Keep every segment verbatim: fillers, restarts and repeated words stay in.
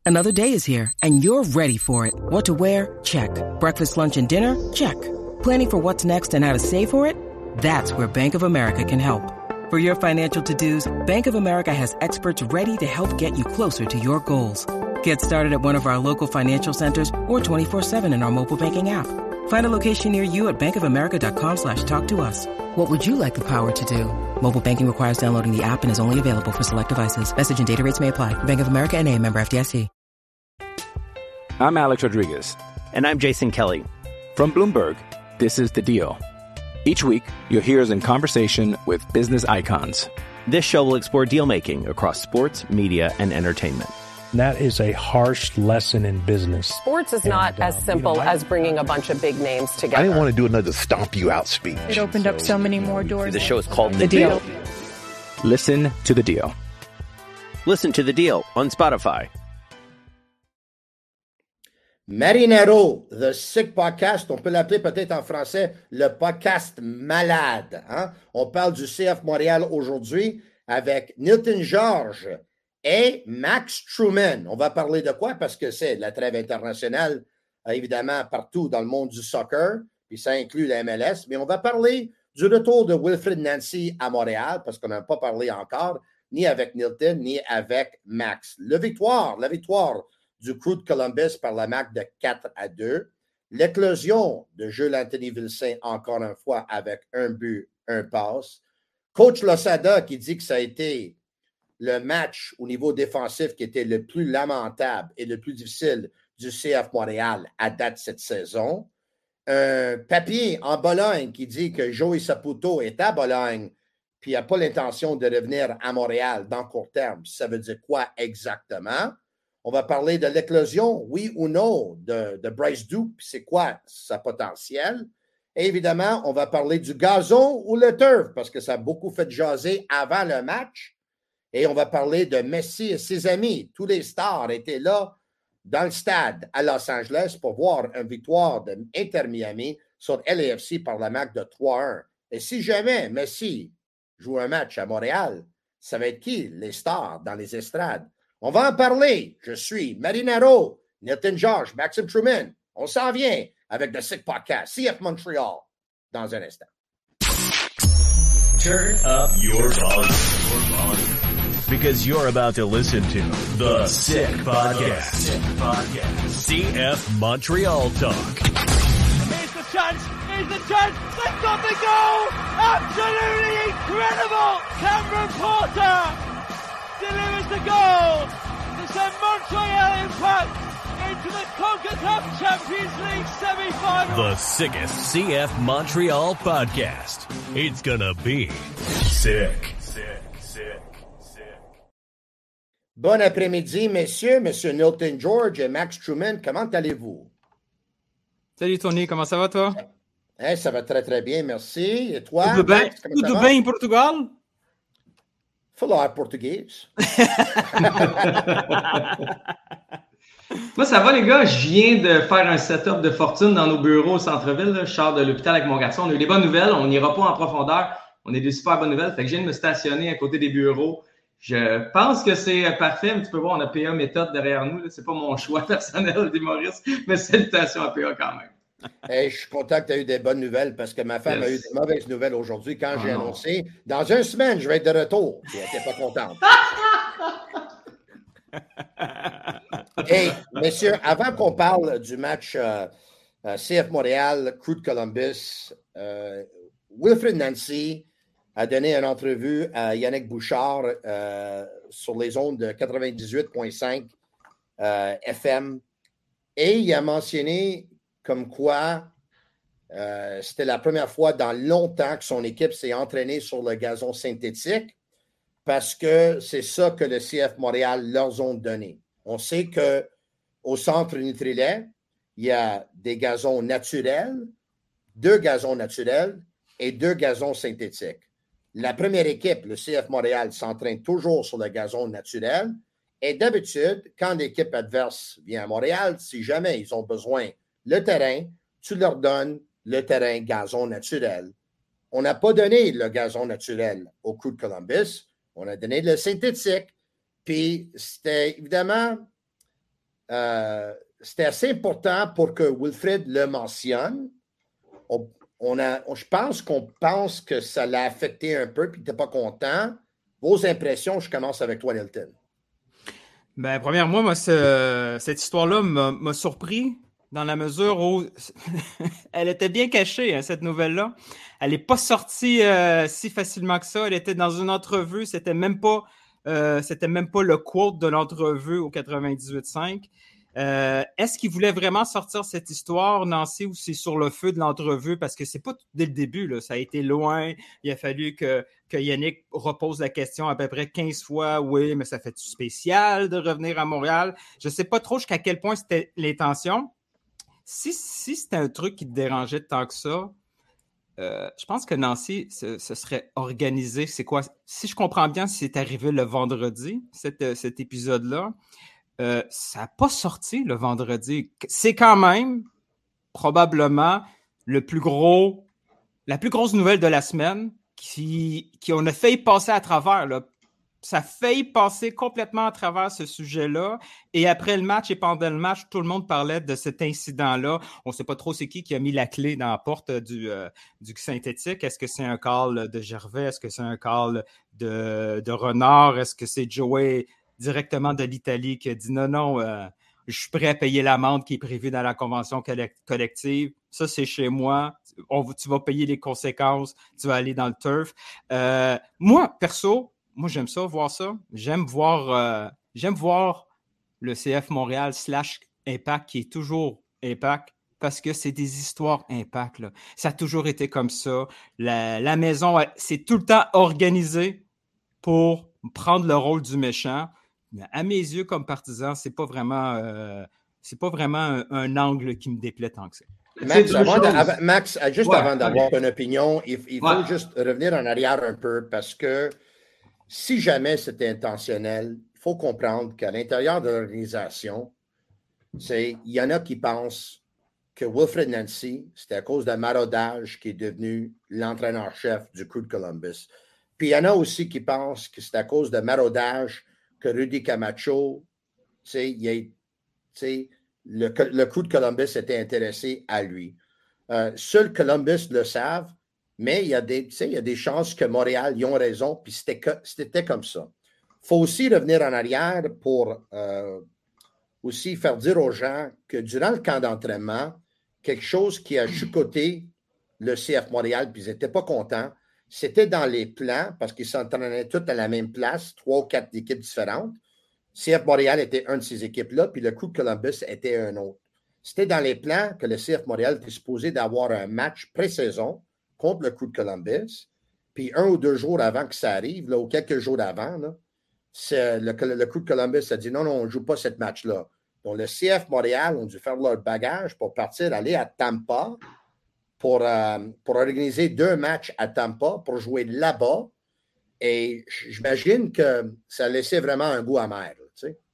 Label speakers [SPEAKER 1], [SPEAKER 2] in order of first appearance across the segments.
[SPEAKER 1] Another day is here, and you're ready for it. What to wear? Check. Breakfast, lunch, and dinner? Check. Planning for what's next and how to save for it? That's where Bank of America can help. For your financial to-dos, Bank of America has experts ready to help get you closer to your goals. Get started at one of our local financial centers or twenty-four seven in our mobile banking app. Find a location near you at bankofamerica.com slash talk to us. What would you like the power to do? Mobile banking requires downloading the app and is only available for select devices. Message and data rates may apply. Bank of America N A, member F D I C.
[SPEAKER 2] I'm Alex Rodriguez.
[SPEAKER 3] And I'm Jason Kelly.
[SPEAKER 2] From Bloomberg, this is The Deal. Each week, you'll hear us in conversation with business icons.
[SPEAKER 3] This show will explore deal-making across sports, media, and entertainment.
[SPEAKER 4] That is a harsh lesson in business.
[SPEAKER 5] Sports is not and, uh, as simple you know, I,
[SPEAKER 6] as
[SPEAKER 5] bringing a bunch of big names together.
[SPEAKER 6] I didn't want to do another stomp you out speech.
[SPEAKER 7] It opened so, up so many more doors.
[SPEAKER 3] The show is called The,
[SPEAKER 7] the
[SPEAKER 3] deal.
[SPEAKER 7] deal.
[SPEAKER 2] Listen to The Deal.
[SPEAKER 3] Listen to The Deal on Spotify.
[SPEAKER 8] Marinaro, The Sick Podcast, on peut l'appeler peut-être en français le podcast malade. Hein? On parle du C F Montréal aujourd'hui avec Nilton George et Max Truman. On va parler de quoi? Parce que c'est la trêve internationale, évidemment, partout dans le monde du soccer, puis ça inclut la M L S, mais on va parler du retour de Wilfried Nancy à Montréal, parce qu'on n'a pas parlé encore, ni avec Nilton, ni avec Max. La victoire, la victoire du Crew de Columbus par la marque de quatre à deux. L'éclosion de Jules Anthony Vilsaint, encore une fois, avec un but, un passe. Coach Losada qui dit que ça a été le match au niveau défensif qui était le plus lamentable et le plus difficile du C F Montréal à date cette saison. Un papier en Bologne qui dit que Joey Saputo est à Bologne puis il n'a pas l'intention de revenir à Montréal dans court terme. Ça veut dire quoi exactement? On va parler de l'éclosion, oui ou non, de, de Bryce Duke, puis c'est quoi sa potentiel. Et évidemment, on va parler du gazon ou le turf, parce que ça a beaucoup fait jaser avant le match. Et on va parler de Messi et ses amis. Tous les stars étaient là dans le stade à Los Angeles pour voir une victoire de Inter Miami sur L A F C par la marque de trois à un. Et si jamais Messi joue un match à Montréal, ça va être qui les stars dans les estrades? On va en parler. Je suis Marinaro, Nilton George, Maxime Truman. On s'en vient avec The Sick Podcast, C F Montreal, dans un instant.
[SPEAKER 9] Turn up your volume. Because you're about to listen to The Sick Podcast. Sick Podcast. C F Montreal Talk.
[SPEAKER 10] Here's the chance. Here's the chance. They've got the goal. Absolutely incredible. Cameron Porter delivers the goal to send Montreal Impact into the CONCACAF Champions League semi-final.
[SPEAKER 9] The sickest C F Montreal podcast. It's gonna be sick. Sick, sick, sick.
[SPEAKER 8] Bon après-midi, messieurs, monsieur Nilton George et Max Truman. Comment allez-vous?
[SPEAKER 11] Salut Tony, comment ça va toi?
[SPEAKER 8] Hey, ça va très très bien, merci. Et toi?
[SPEAKER 11] Tudo bem, Max, tudo bem em Portugal?
[SPEAKER 8] Falar portugais.
[SPEAKER 12] Moi, ça va, les gars. Je viens de faire un setup de fortune dans nos bureaux au centre-ville. Là. Je sors de l'hôpital avec mon garçon. On a eu des bonnes nouvelles. On n'ira pas en profondeur. On a eu des super bonnes nouvelles. Fait que je viens de me stationner à côté des bureaux. Je pense que c'est parfait. Mais tu peux voir, on a P A méthode derrière nous. Là. C'est pas mon choix personnel d'humoriste. Mais salutations à P A quand même.
[SPEAKER 8] Hey, je suis content que tu aies eu des bonnes nouvelles parce que ma femme yes. a eu des mauvaises nouvelles aujourd'hui quand oh j'ai non. annoncé dans une semaine, je vais être de retour. Elle n'était pas contente. Hey, messieurs, avant qu'on parle du match euh, euh, C F Montréal, Crew de Columbus, euh, Wilfried Nancy a donné une entrevue à Yannick Bouchard euh, sur les ondes de quatre-vingt-dix-huit virgule cinq euh, F M et il a mentionné comme quoi euh, c'était la première fois dans longtemps que son équipe s'est entraînée sur le gazon synthétique parce que c'est ça que le C F Montréal leur ont donné. On sait qu'au centre Nutrilait, il y a des gazons naturels, deux gazons naturels et deux gazons synthétiques. La première équipe, le C F Montréal, s'entraîne toujours sur le gazon naturel et d'habitude, quand l'équipe adverse vient à Montréal, si jamais ils ont besoin le terrain, tu leur donnes le terrain gazon naturel. On n'a pas donné le gazon naturel au Crew de Columbus, on a donné le synthétique. Puis c'était évidemment euh, c'était assez important pour que Wilfred le mentionne. On, on a, on, je pense qu'on pense que ça l'a affecté un peu, puis tu n'es pas content. Vos impressions, je commence avec toi, Nilton.
[SPEAKER 11] Ben, premièrement, moi, ce, cette histoire-là m'a, m'a surpris dans la mesure où elle était bien cachée, hein, cette nouvelle-là. Elle n'est pas sortie euh, si facilement que ça. Elle était dans une entrevue. C'était même pas, euh, c'était même pas le quote de l'entrevue au quatre-vingt-dix-huit cinq. Euh, est-ce qu'il voulait vraiment sortir cette histoire, Nancy, ou c'est sur le feu de l'entrevue? Parce que c'est pas dès le début, là. Ça a été loin. Il a fallu que, que Yannick repose la question à peu près quinze fois. Oui, mais ça fait-tu spécial de revenir à Montréal? Je sais pas trop jusqu'à quel point c'était l'intention. Si, si c'était un truc qui te dérangeait tant que ça, euh, je pense que Nancy, ce, ce serait organisé. C'est quoi? Si je comprends bien, c'est arrivé le vendredi, cet, cet épisode-là. Euh, ça n'a pas sorti le vendredi. C'est quand même probablement le plus gros, la plus grosse nouvelle de la semaine qui, qui on a failli passer à travers. Là. Ça a failli passer complètement à travers ce sujet-là. Et après le match et pendant le match, tout le monde parlait de cet incident-là. On ne sait pas trop c'est qui qui a mis la clé dans la porte du, euh, du synthétique. Est-ce que c'est un call de Gervais? Est-ce que c'est un call de, de Renard? Est-ce que c'est Joey directement de l'Italie qui a dit non, non, euh, je suis prêt à payer l'amende qui est prévue dans la convention collective. Ça, c'est chez moi. On, tu vas payer les conséquences. Tu vas aller dans le turf. Euh, moi, perso, moi, j'aime ça, voir ça. J'aime voir, euh, j'aime voir le C F Montréal slash Impact qui est toujours Impact parce que c'est des histoires Impact. Là. Ça a toujours été comme ça. La, la maison, c'est tout le temps organisé pour prendre le rôle du méchant. Mais à mes yeux, comme partisan, c'est pas vraiment, euh, c'est pas vraiment un, un angle qui me déplaît tant que ça.
[SPEAKER 8] Max, avant de, avant, Max juste
[SPEAKER 12] ouais,
[SPEAKER 8] avant d'avoir
[SPEAKER 12] okay.
[SPEAKER 8] une opinion, il, il faut ouais. juste revenir en arrière un peu parce que si jamais c'était intentionnel, il faut comprendre qu'à l'intérieur de l'organisation, c'est, il y en a qui pensent que Wilfred Nancy, c'était à cause d'un maraudage qui est devenu l'entraîneur-chef du Crew de Columbus. Puis il y en a aussi qui pensent que c'est à cause de maraudage que Rudy Camacho, il a, le, le Crew de Columbus était intéressé à lui. Euh, seul Columbus le savent, mais il y a des, il y a des chances que Montréal, ils ont raison, puis c'était, que, c'était comme ça. Il faut aussi revenir en arrière pour euh, aussi faire dire aux gens que durant le camp d'entraînement, quelque chose qui a chicoté le C F Montréal, puis ils n'étaient pas contents, c'était dans les plans, parce qu'ils s'entraînaient tous à la même place, trois ou quatre équipes différentes. C F Montréal était une de ces équipes-là, puis le Crew de Columbus était un autre. C'était dans les plans que le C F Montréal était supposé d'avoir un match pré-saison contre le Crew de Columbus, puis un ou deux jours avant que ça arrive, là, ou quelques jours avant, là, c'est le, le Crew de Columbus a dit non, non, on ne joue pas ce match-là. Donc, le C F Montréal ont dû faire leur bagage pour partir, aller à Tampa, Pour, euh, pour organiser deux matchs à Tampa, pour jouer là-bas. Et j'imagine que ça laissait vraiment un goût amer. Tu sais.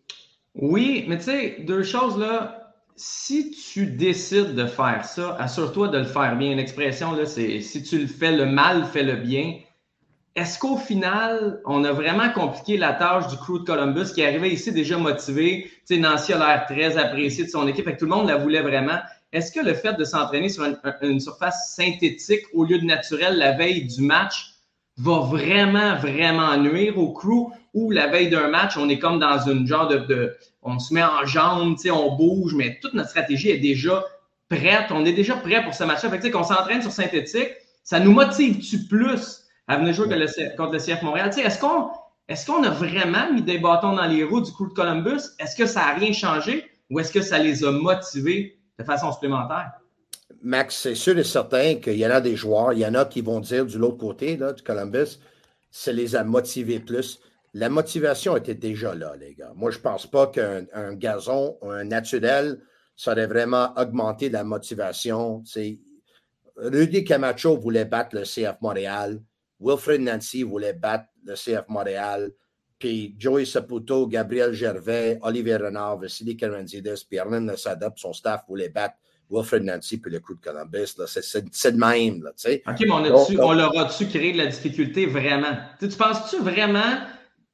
[SPEAKER 12] Oui, mais tu sais, deux choses là. Si tu décides de faire ça, assure-toi de le faire bien. L'expression, là, c'est si tu le fais le mal, fais le bien. Est-ce qu'au final, on a vraiment compliqué la tâche du Crew de Columbus qui est arrivé ici déjà motivé? Tu sais, Nancy a l'air très apprécié de son équipe et que tout le monde la voulait vraiment. Est-ce que le fait de s'entraîner sur une, une surface synthétique au lieu de naturelle la veille du match va vraiment, vraiment nuire au Crew ou la veille d'un match, on est comme dans une genre de... de on se met en jambes, on bouge, mais toute notre stratégie est déjà prête. On est déjà prêt pour ce match-là. Fait que, qu'on s'entraîne sur synthétique, ça nous motive-tu plus à venir jouer que le, contre le C F Montréal? T'sais, est-ce qu'on, est-ce qu'on a vraiment mis des bâtons dans les roues du Crew de Columbus? Est-ce que ça n'a rien changé ou est-ce que ça les a motivés de façon supplémentaire?
[SPEAKER 8] Max, c'est sûr et certain qu'il y en a des joueurs, il y en a qui vont dire du l'autre côté là, du Columbus, ça les a motivés plus. La motivation était déjà là, les gars. Moi, je ne pense pas qu'un un gazon, un naturel, ça aurait vraiment augmenté la motivation. T'sais. Rudy Camacho voulait battre le C F Montréal. Wilfred Nancy voulait battre le C F Montréal. Puis Joey Saputo, Gabriel Gervais, Olivier Renard, Vassili Karantzidis, puis Arlen Lasada, puis son staff voulait battre Wilfred Nancy puis le Crew de Columbus. Là. C'est, c'est, c'est de même. Là, t'sais.
[SPEAKER 12] OK, mais on, a donc, on leur a-tu créé de la difficulté vraiment? T'sais, tu penses-tu vraiment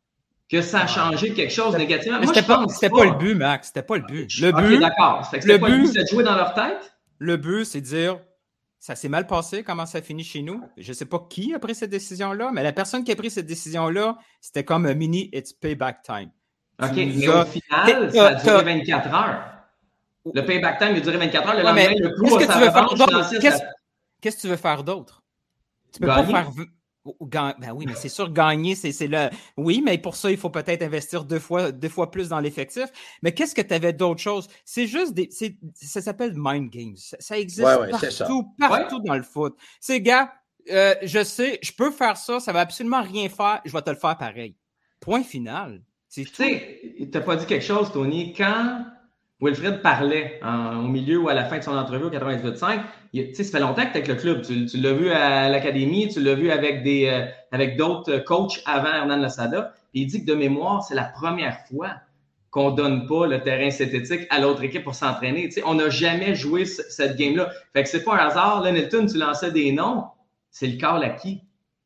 [SPEAKER 12] que ça a changé quelque chose négativement.
[SPEAKER 11] Mais
[SPEAKER 12] Moi,
[SPEAKER 11] c'était
[SPEAKER 12] je
[SPEAKER 11] pas,
[SPEAKER 12] pense
[SPEAKER 11] c'était pas. pas le but, Max. C'était pas le but. Le
[SPEAKER 12] OK,
[SPEAKER 11] but.
[SPEAKER 12] d'accord. Fait que c'était
[SPEAKER 11] le
[SPEAKER 12] pas
[SPEAKER 11] but,
[SPEAKER 12] le but, c'est de jouer dans leur tête?
[SPEAKER 11] Le but, c'est de dire ça s'est mal passé, comment ça finit chez nous. Je sais pas qui a pris cette décision-là, mais la personne qui a pris cette décision-là, c'était comme un mini it's payback time.
[SPEAKER 12] OK,
[SPEAKER 11] Tu
[SPEAKER 12] mais
[SPEAKER 11] as...
[SPEAKER 12] au final, ça a duré vingt-quatre heures. Le payback time a duré vingt-quatre heures. Le
[SPEAKER 11] ouais,
[SPEAKER 12] lendemain, le coup,
[SPEAKER 11] qu'est-ce que tu veux faire d'autre? Qu'est-ce...
[SPEAKER 12] ça...
[SPEAKER 11] qu'est-ce que tu veux faire d'autre? Tu peux
[SPEAKER 12] Gagner.
[SPEAKER 11] pas faire... Ben oui, mais c'est sûr, gagner, c'est, c'est le... Oui, mais pour ça, il faut peut-être investir deux fois, deux fois plus dans l'effectif. Mais qu'est-ce que tu avais d'autres choses? C'est juste des... C'est... Ça s'appelle mind games. Ça, ça existe
[SPEAKER 8] ouais, ouais,
[SPEAKER 11] partout, partout ouais. dans le foot. C'est gars, euh, je sais, je peux faire ça, ça va absolument rien faire, je vais te le faire pareil. Point final. C'est
[SPEAKER 12] tu sais, il t'a pas dit quelque chose, Tony. Quand Wilfred parlait en, au milieu ou à la fin de son entrevue au quatre-vingt-dix-huit cinq, tu sais, ça fait longtemps que tu es avec le club. Tu, tu l'as vu à l'académie, tu l'as vu avec des euh, avec d'autres coachs avant Hernan Losada. Il dit que de mémoire, c'est la première fois qu'on donne pas le terrain synthétique à l'autre équipe pour s'entraîner. Tu sais, on n'a jamais joué ce, cette game-là. Fait que c'est pas un hasard. Là, Nilton, tu lançais des noms. C'est le call à qui?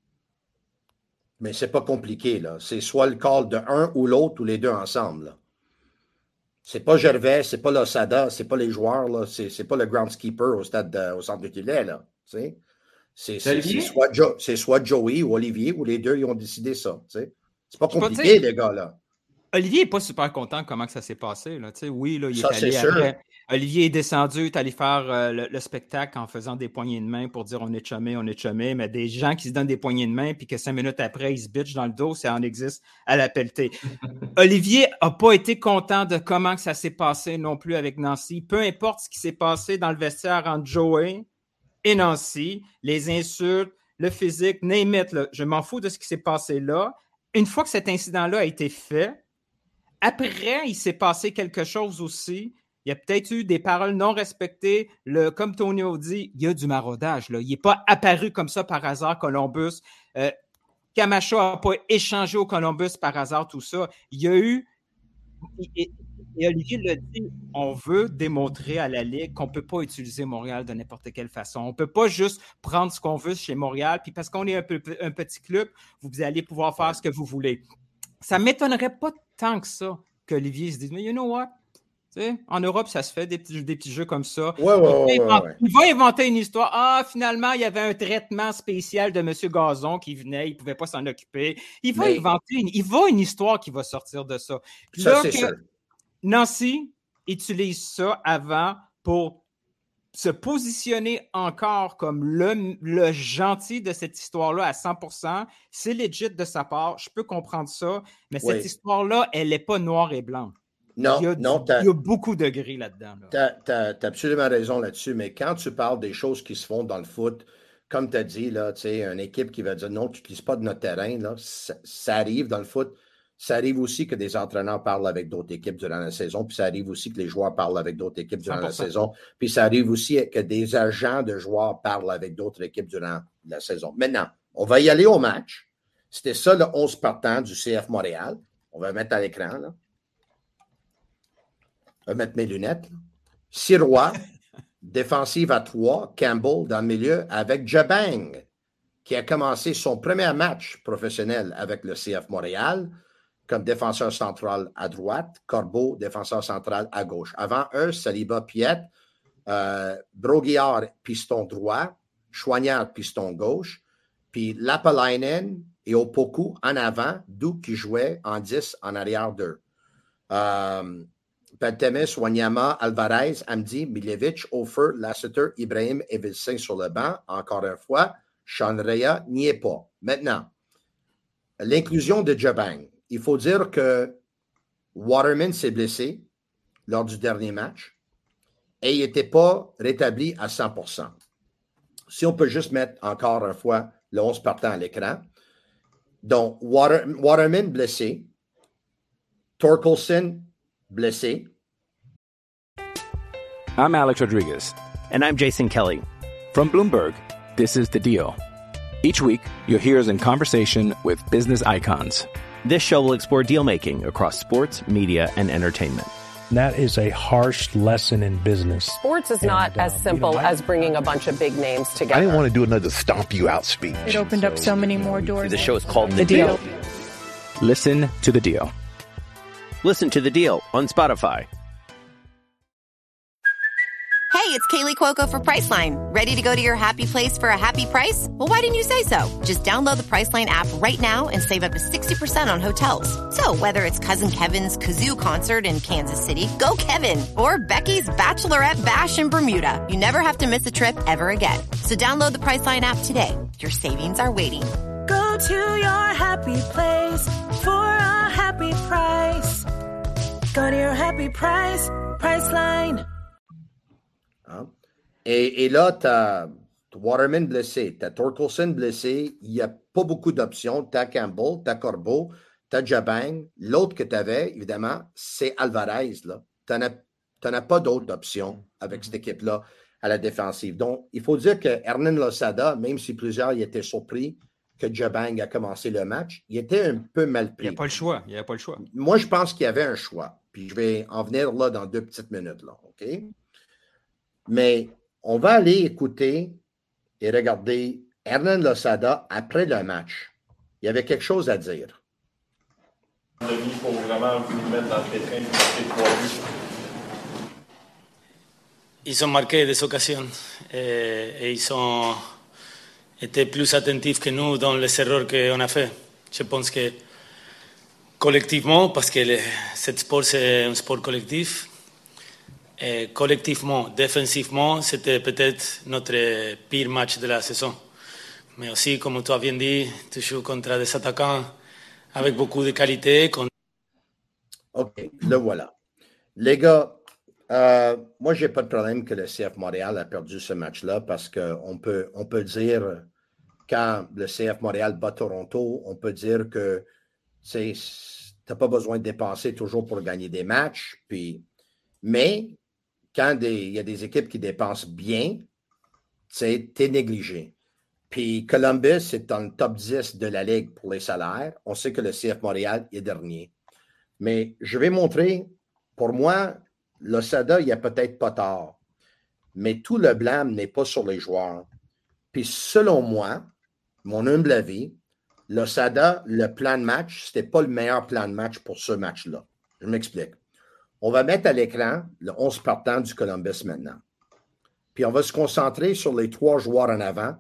[SPEAKER 8] Mais c'est pas compliqué, là. C'est soit le call de un ou l'autre ou les deux ensemble, là. C'est pas Gervais, c'est pas Losada, c'est pas les joueurs, là. C'est, c'est pas le groundskeeper au stade de, au centre de filet, là. Tu sais? C'est, c'est, c'est, soit jo- c'est soit Joey ou Olivier ou les deux, ils ont décidé ça. Tu sais? C'est pas compliqué, les gars, là.
[SPEAKER 11] Olivier n'est pas super content comment que ça s'est passé. Là. Oui, là, il
[SPEAKER 8] ça,
[SPEAKER 11] est allé
[SPEAKER 8] c'est
[SPEAKER 11] après.
[SPEAKER 8] Sûr.
[SPEAKER 11] Olivier est descendu, il est allé faire euh, le, le spectacle en faisant des poignées de main pour dire on est chumé, on est chumé. Mais des gens qui se donnent des poignées de main puis que cinq minutes après, ils se bitchent dans le dos, ça en existe à la pelletée. Olivier n'a pas été content de comment que ça s'est passé non plus avec Nancy. Peu importe ce qui s'est passé dans le vestiaire entre Joey et Nancy, les insultes, le physique, name it, là, je m'en fous de ce qui s'est passé là. Une fois que cet incident-là a été fait, après, il s'est passé quelque chose aussi. Il y a peut-être eu des paroles non respectées. Le, comme Tony a dit, il y a du maraudage. Là. Il n'est pas apparu comme ça par hasard, Columbus. Euh, Camacho n'a pas échangé au Columbus par hasard, tout ça. Il y a eu... Et, et Olivier l'a dit, on veut démontrer à la Ligue qu'on ne peut pas utiliser Montréal de n'importe quelle façon. On ne peut pas juste prendre ce qu'on veut chez Montréal, puis parce qu'on est un, peu, un petit club, vous allez pouvoir faire ce que vous voulez. Ça ne m'étonnerait pas tant que ça qu'Olivier se dise, mais you know what? T'sais, en Europe, ça se fait des petits, des petits jeux comme ça.
[SPEAKER 8] Ouais, ouais,
[SPEAKER 11] il, va
[SPEAKER 8] ouais,
[SPEAKER 11] inventer,
[SPEAKER 8] ouais.
[SPEAKER 11] il va inventer une histoire. Ah, finalement, il y avait un traitement spécial de M. Gazon qui venait, il ne pouvait pas s'en occuper. Il va mais... inventer une, il va une histoire qui va sortir de ça.
[SPEAKER 8] Ça,
[SPEAKER 11] Là,
[SPEAKER 8] c'est
[SPEAKER 11] que
[SPEAKER 8] sûr.
[SPEAKER 11] Nancy utilise ça avant pour se positionner encore comme le, le gentil de cette histoire-là à cent pour cent. C'est legit de sa part. Je peux comprendre ça. Mais
[SPEAKER 8] oui.
[SPEAKER 11] cette histoire-là, elle n'est pas noire et blanche.
[SPEAKER 8] Non,
[SPEAKER 11] il y a,
[SPEAKER 8] non.
[SPEAKER 11] Il y a beaucoup de gris là-dedans. Là.
[SPEAKER 8] Tu as absolument raison là-dessus. Mais quand tu parles des choses qui se font dans le foot, comme tu as dit, là, une équipe qui va dire non, tu n'utilises pas de notre terrain, là, ça, ça arrive dans le foot. Ça arrive aussi que des entraîneurs parlent avec d'autres équipes durant la saison, puis ça arrive aussi que les joueurs parlent avec d'autres équipes durant cent pour cent la saison, puis ça arrive aussi que des agents de joueurs parlent avec d'autres équipes durant la saison. Maintenant, on va y aller au match. C'était ça le onze partant du C F Montréal. On va mettre à l'écran, là. Je vais mettre mes lunettes. Là. Sirois, défensive à trois, Campbell dans le milieu avec Jabang, qui a commencé son premier match professionnel avec le C F Montréal comme défenseur central à droite, Corbeau, défenseur central à gauche. Avant eux, Saliba Piette, euh, Broguillard, piston droit, Choignard, piston gauche, puis Lapalainen et Opoku en avant, d'où qui jouait en dix en arrière d'eux. Euh, Pantemis, Wanyama, Alvarez, Amdi, Miljevic, Ofer, Lasseter, Ibrahim et Vilsain sur le banc. Encore une fois, Sean Rea n'y est pas. Maintenant, l'inclusion de Jabang. Il faut dire que Waterman s'est blessé lors du dernier match et il n'était pas rétabli à cent pour cent. Si on peut juste mettre encore une fois le onze partant à l'écran. Donc, Water, Waterman blessé, Torkelson blessé.
[SPEAKER 2] I'm Alex Rodriguez.
[SPEAKER 3] And I'm Jason Kelly.
[SPEAKER 2] From Bloomberg, this is The Deal. Each week, you'll hear us in conversation with business icons.
[SPEAKER 3] This show will explore deal-making across sports, media, and entertainment.
[SPEAKER 4] And that is a harsh lesson in business.
[SPEAKER 5] Sports is not and, as um, simple you know, as bringing a bunch of big names together.
[SPEAKER 6] I didn't want to do another stomp you out speech.
[SPEAKER 7] It opened so, up so many more doors.
[SPEAKER 3] The show is called The,
[SPEAKER 7] the
[SPEAKER 3] Deal.
[SPEAKER 7] deal.
[SPEAKER 2] Listen to the Deal.
[SPEAKER 3] Listen to the Deal on Spotify.
[SPEAKER 13] Hey, it's Kaylee Cuoco for Priceline. Ready to go to your happy place for a happy price? Well, why didn't you say so? Just download the Priceline app right now and save up to sixty percent on hotels. So whether it's Cousin Kevin's Kazoo Concert in Kansas City, go Kevin, or Becky's Bachelorette Bash in Bermuda, you never have to miss a trip ever again. So download the Priceline app today. Your savings are waiting.
[SPEAKER 14] Go to your happy place for a happy price. Go to your happy price, Priceline.
[SPEAKER 8] Hein? Et, et là, tu as Waterman blessé, tu as Torkelson blessé, il n'y a pas beaucoup d'options. Tu as Campbell, tu as Corbeau, tu as Jabang. L'autre que tu avais, évidemment, c'est Alvarez. Tu n'en as, as pas d'autres options avec cette équipe-là à la défensive. Donc, il faut dire que Hernan Losada, même si plusieurs y étaient surpris que Jabang a commencé le match, il était un peu mal pris.
[SPEAKER 11] Il n'y a pas le choix. Il n'y a pas le choix.
[SPEAKER 8] Moi, je pense qu'il y avait un choix. Puis je vais en venir là dans deux petites minutes. Là, OK? Mais on va aller écouter et regarder Hernan Losada après le match. Il y avait quelque chose à dire.
[SPEAKER 15] Il faut vraiment vous mettre dans le pétrin et marquer trois buts.
[SPEAKER 16] Ils ont marqué des occasions et, et ils ont été plus attentifs que nous dans les erreurs qu'on a fait. Je pense que collectivement, parce que le, ce sport c'est un sport collectif, et collectivement, défensivement, c'était peut-être notre pire match de la saison. Mais aussi, comme tu as bien dit, tu joues contre des attaquants avec beaucoup de qualité. Con...
[SPEAKER 8] OK, le voilà. Les gars, euh, moi, je n'ai pas de problème que le C F Montréal a perdu ce match-là parce qu'on peut, on peut dire, quand le C F Montréal bat Toronto, on peut dire que tu n'as pas besoin de dépenser toujours pour gagner des matchs. Puis, mais quand il y a des équipes qui dépensent bien, tu es négligé. Puis Columbus est dans le top dix de la Ligue pour les salaires. On sait que le C F Montréal est dernier. Mais je vais montrer, pour moi, Losada, il n'y a peut-être pas tort. Mais tout le blâme n'est pas sur les joueurs. Puis selon moi, mon humble avis, Losada, le plan de match, ce n'était pas le meilleur plan de match pour ce match-là. Je m'explique. On va mettre à l'écran le onze partant du Columbus maintenant. Puis on va se concentrer sur les trois joueurs en avant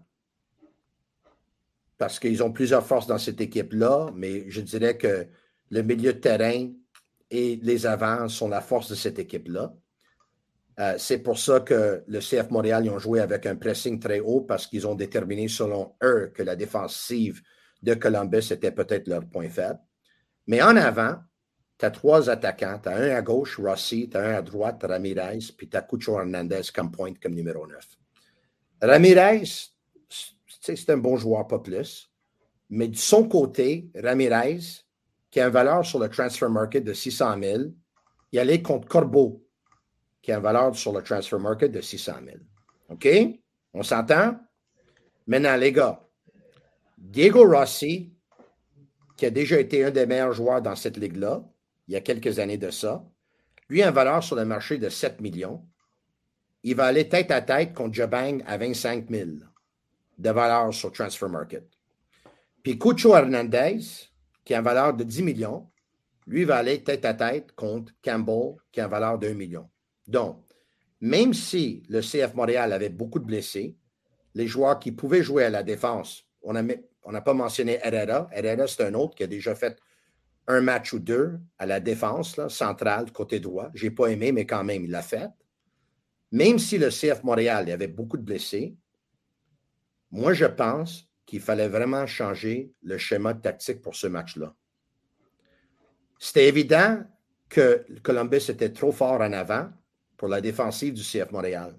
[SPEAKER 8] parce qu'ils ont plusieurs forces dans cette équipe-là, mais je dirais que le milieu de terrain et les avants sont la force de cette équipe-là. Euh, c'est pour ça que le C F Montréal, ils ont joué avec un pressing très haut parce qu'ils ont déterminé, selon eux, que la défensive de Columbus était peut-être leur point faible. Mais en avant, tu as trois attaquants. Tu as un à gauche, Rossi, tu as un à droite, Ramirez, puis tu as Cucho Hernandez comme point, comme numéro neuf. Ramirez, c'est un bon joueur, pas plus. Mais de son côté, Ramirez, qui a une valeur sur le transfer market de six cent mille, il allait contre Corbeau, qui a une valeur sur le transfer market de six cent mille. OK? On s'entend? Maintenant, les gars, Diego Rossi, qui a déjà été un des meilleurs joueurs dans cette ligue-là, il y a quelques années de ça, lui a une valeur sur le marché de sept millions. Il va aller tête à tête contre Jabang à vingt-cinq mille de valeur sur Transfer Market. Puis Cucho Hernandez, qui a une valeur de dix millions, lui va aller tête à tête contre Campbell, qui a une valeur de un million. Donc, même si le C F Montréal avait beaucoup de blessés, les joueurs qui pouvaient jouer à la défense, on n'a on a pas mentionné Herrera. Herrera, c'est un autre qui a déjà fait un match ou deux à la défense, là, centrale, côté droit. Je n'ai pas aimé, mais quand même, il l'a fait. Même si le C F Montréal avait beaucoup de blessés, moi, je pense qu'il fallait vraiment changer le schéma tactique pour ce match-là. C'était évident que Columbus était trop fort en avant pour la défensive du C F Montréal.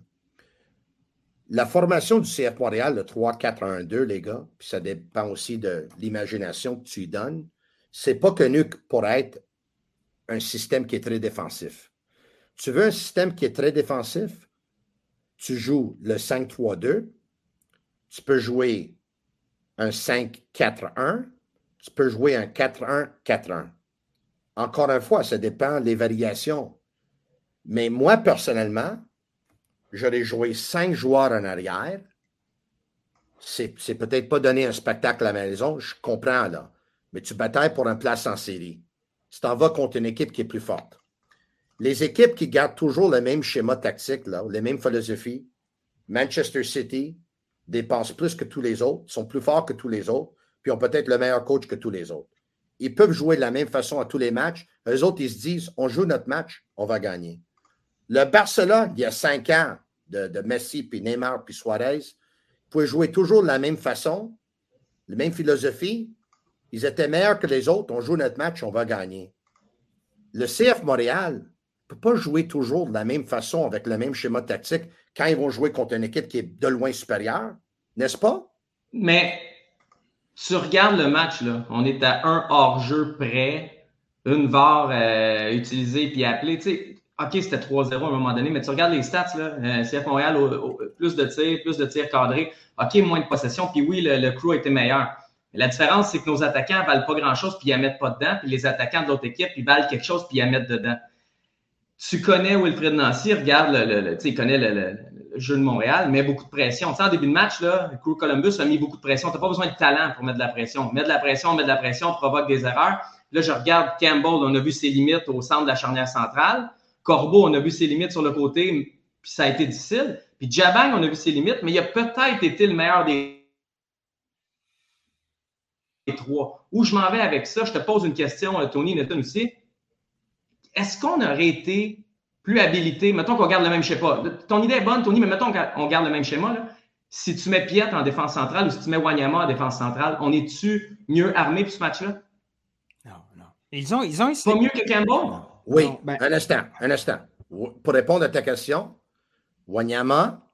[SPEAKER 8] La formation du C F Montréal, le trois quatre un deux, les gars, puis ça dépend aussi de l'imagination que tu y donnes, c'est pas connu pour être un système qui est très défensif. Tu veux un système qui est très défensif? Tu joues le cinq trois deux, tu peux jouer un cinq quatre un, tu peux jouer un quatre un quatre un. Encore une fois, ça dépend des variations. Mais moi, personnellement, j'aurais joué cinq joueurs en arrière. C'est, c'est peut-être pas donner un spectacle à la maison, je comprends là. mais tu batailles pour une place en série. Tu t'en vas contre une équipe qui est plus forte. Les équipes qui gardent toujours le même schéma tactique, là, les mêmes philosophies, Manchester City dépensent plus que tous les autres, sont plus forts que tous les autres, puis ont peut-être le meilleur coach que tous les autres. Ils peuvent jouer de la même façon à tous les matchs. Eux autres, ils se disent, on joue notre match, on va gagner. Le Barcelone, il y a cinq ans, de, de Messi, puis Neymar, puis Suarez, pouvaient jouer toujours de la même façon, la même philosophie. Ils étaient meilleurs que les autres, on joue notre match, on va gagner. Le C F Montréal ne peut pas jouer toujours de la même façon avec le même schéma tactique quand ils vont jouer contre une équipe qui est de loin supérieure, n'est-ce pas?
[SPEAKER 12] Mais tu regardes le match, là, on est à un hors-jeu près, une V A R euh, utilisée puis appelée. Tu sais, OK, c'était trois zéro à un moment donné, mais tu regardes les stats, là, euh, C F Montréal, au, au, plus de tirs, plus de tirs cadrés. OK, moins de possession, puis oui, le, le crew a été meilleur. Mais la différence, c'est que nos attaquants ne valent pas grand-chose puis ils ne mettent pas dedans, puis les attaquants de l'autre équipe, ils valent quelque chose puis ils la mettent dedans. Tu connais Wilfred Nancy, regarde, le, le, le, tu sais, il connaît le, le, le jeu de Montréal, met beaucoup de pression. Tu sais, en début de match, là, le crew Columbus a mis beaucoup de pression. Tu n'as pas besoin de talent pour mettre de la pression. Mettre de la pression, mettre de la pression, provoque des erreurs. Là, je regarde Campbell, on a vu ses limites au centre de la charnière centrale. Corbeau, on a vu ses limites sur le côté, puis ça a été difficile. Puis Jabang, on a vu ses limites, mais il a peut-être été le meilleur des trois. Où je m'en vais avec ça, je te pose une question, Tony Nathan aussi. Est-ce qu'on aurait été plus habilité? Mettons qu'on garde le même schéma. Ton idée est bonne, Tony, mais mettons qu'on garde le même schéma. Là. Si tu mets Piette en défense centrale ou si tu mets Wanyama en défense centrale, on est-tu mieux armé pour ce match-là?
[SPEAKER 11] Non, non. Ils ont, ils ont essayé.
[SPEAKER 12] Pas mieux que Campbell?
[SPEAKER 8] Oui,
[SPEAKER 11] non, ben...
[SPEAKER 8] un instant, un instant. Pour répondre à ta question, Wanyama,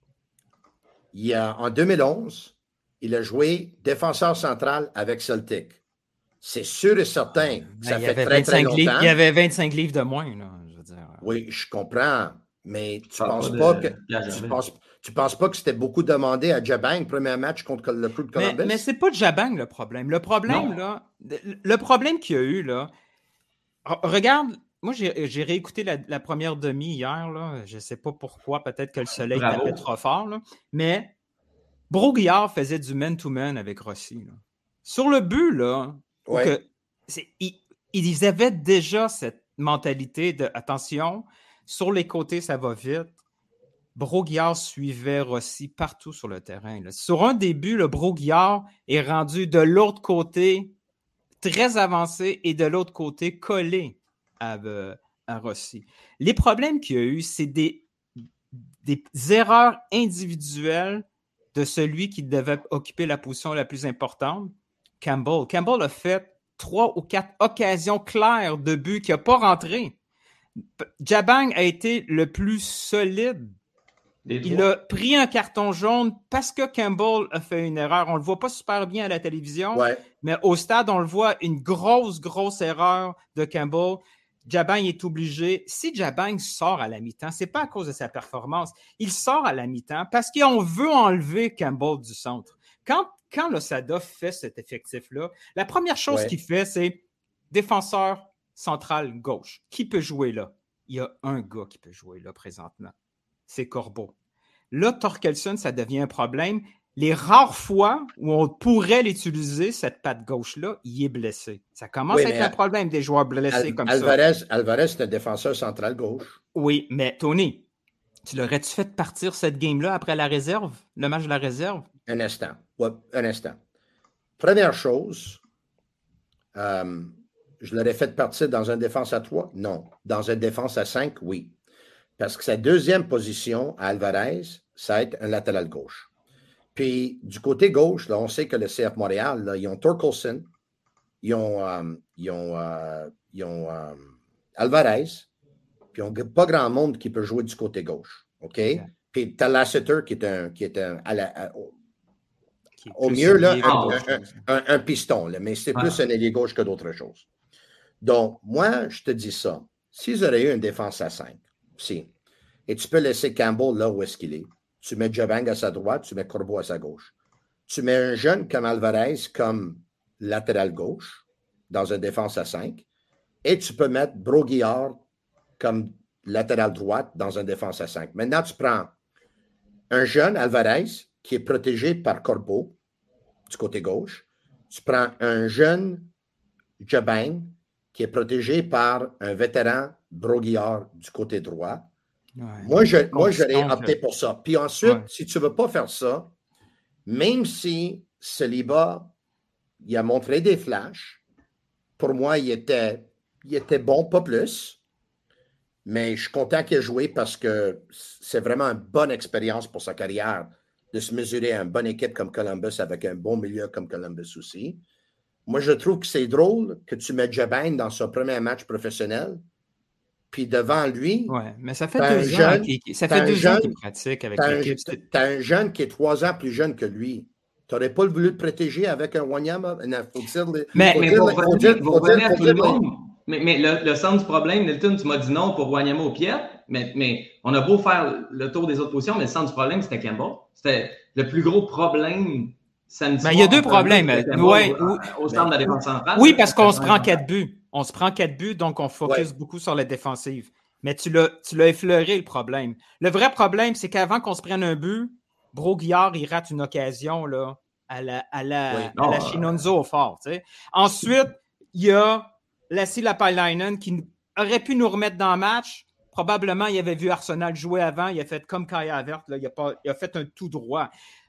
[SPEAKER 8] il a, en deux mille onze, il a joué défenseur central avec Celtic. C'est sûr et certain que
[SPEAKER 11] ben,
[SPEAKER 8] ça
[SPEAKER 11] il
[SPEAKER 8] fait
[SPEAKER 11] avait
[SPEAKER 8] très, très longtemps.
[SPEAKER 11] Livres, il y avait vingt-cinq livres de moins, là, je veux dire.
[SPEAKER 8] Oui, je comprends, mais tu ne
[SPEAKER 12] ah,
[SPEAKER 8] penses
[SPEAKER 12] pas,
[SPEAKER 8] pas
[SPEAKER 12] de...
[SPEAKER 8] que tu penses, tu penses pas que c'était beaucoup demandé à Jabang, premier match contre le Crew de Columbus?
[SPEAKER 11] Mais, mais c'est pas Jabang le problème. Le problème, non. là, le problème qu'il y a eu, là, regarde, moi, j'ai, j'ai réécouté la, la première demi hier, là. Je ne sais pas pourquoi, peut-être que le soleil Bravo. tapait trop fort, là. Mais Brault-Guillard faisait du man-to-man avec Rossi. Là. Sur le but, là, ouais. que, c'est, ils, ils avaient déjà cette mentalité de attention, sur les côtés, ça va vite. Brault-Guillard suivait Rossi partout sur le terrain. Là. Sur un début, le Brault-Guillard est rendu de l'autre côté, très avancé, et de l'autre côté, collé à, euh, à Rossi. Les problèmes qu'il y a eu, c'est des, des erreurs individuelles de celui qui devait occuper la position la plus importante, Campbell. Campbell a fait trois ou quatre occasions claires de but qui n'a pas rentré. Jabang a été le plus solide. Il a pris un carton jaune parce que Campbell a fait une erreur. On ne le voit pas super bien à la télévision,
[SPEAKER 8] ouais.
[SPEAKER 11] mais au stade, on le voit, une grosse, grosse erreur de Campbell. Jabang est obligé. Si Jabang sort à la mi-temps, ce n'est pas à cause de sa performance. Il sort à la mi-temps parce qu'on veut enlever Campbell du centre. Quand, quand l'Osada fait cet effectif-là, la première chose ouais. qu'il fait, c'est défenseur central gauche. Qui peut jouer là? Il y a un gars qui peut jouer là présentement. C'est Corbeau. Là, Torkelson, ça devient un problème. Les rares fois où on pourrait l'utiliser, cette patte gauche-là, il est blessé. Ça commence oui, à être un problème des joueurs blessés Al- comme
[SPEAKER 8] Alvarez,
[SPEAKER 11] ça.
[SPEAKER 8] Alvarez, c'est un défenseur central gauche.
[SPEAKER 11] Oui, mais Tony, tu l'aurais-tu fait partir cette game-là après la réserve, le match de la réserve?
[SPEAKER 8] Un instant. Ouais, un instant. Première chose, euh, je l'aurais fait partir dans une défense à trois? Non. Dans une défense à cinq? Oui. Parce que sa deuxième position à Alvarez, ça va être un latéral gauche. Puis, du côté gauche, là, on sait que le C F Montréal, là, ils ont Torkelson, ils ont, euh, ils ont, euh, ils ont euh, Alvarez, puis ils n'ont pas grand monde qui peut jouer du côté gauche. OK? Okay. Puis, tu as Lassiter qui est un, qui est un à la, à, au, au mieux, là, un, un, un, un piston, là, mais c'est ah. plus un ailier gauche que d'autres choses. Donc, moi, je te dis ça. S'ils auraient eu une défense à cinq, si, et tu peux laisser Campbell là où est-ce qu'il est, tu mets Jabang à sa droite, tu mets Corbeau à sa gauche. Tu mets un jeune comme Alvarez comme latéral gauche dans une défense à cinq et tu peux mettre Brault-Guillard comme latéral droite dans une défense à cinq. Maintenant, tu prends un jeune Alvarez qui est protégé par Corbeau du côté gauche. Tu prends un jeune Jabin, qui est protégé par un vétéran Brault-Guillard du côté droit. Ouais, moi, je, moi, j'aurais opté pour ça. Puis ensuite, ouais. si tu ne veux pas faire ça, même si Saliba, il a montré des flashs, pour moi, il était, il était bon, pas plus. Mais je suis content qu'il ait joué parce que c'est vraiment une bonne expérience pour sa carrière de se mesurer à une bonne équipe comme Columbus avec un bon milieu comme Columbus aussi. Moi, je trouve que c'est drôle que tu mets Jabin dans son premier match professionnel, puis devant lui...
[SPEAKER 11] Oui, mais ça fait deux ans qu'il ça fait deux ans qu'il pratique avec l'équipe.
[SPEAKER 8] Tu as un jeune qui est trois ans plus jeune que lui. Tu n'aurais pas voulu le protéger avec un Wanyama? Il faut dire...
[SPEAKER 12] Mais, mais pour revenir à tout le monde... Mais, mais le, le centre du problème, Nilton, tu m'as dit non pour Wanyama au pied, mais, mais on a beau faire le tour des autres positions, mais le centre du problème, c'était Campbell. C'était le plus gros problème samedi.
[SPEAKER 11] Ben, il y a deux problèmes. Ouais,
[SPEAKER 12] au, au centre de la défense centrale.
[SPEAKER 11] Oui, parce qu'on se prend quatre buts. On se prend quatre buts, donc on focus ouais. beaucoup sur la défensive. Mais tu l'as, tu l'as effleuré, le problème. Le vrai problème, c'est qu'avant qu'on se prenne un but, Brault-Guillard, il rate une occasion là, à la, à la, oui. à la Chinonzo au fort. Tu sais. Ensuite, il y a Lassi Lappalainen qui aurait pu nous remettre dans le match. Probablement, il avait vu Arsenal jouer avant. Il a fait comme Kai Havertz. Là, il, a pas, il a fait un tout droit.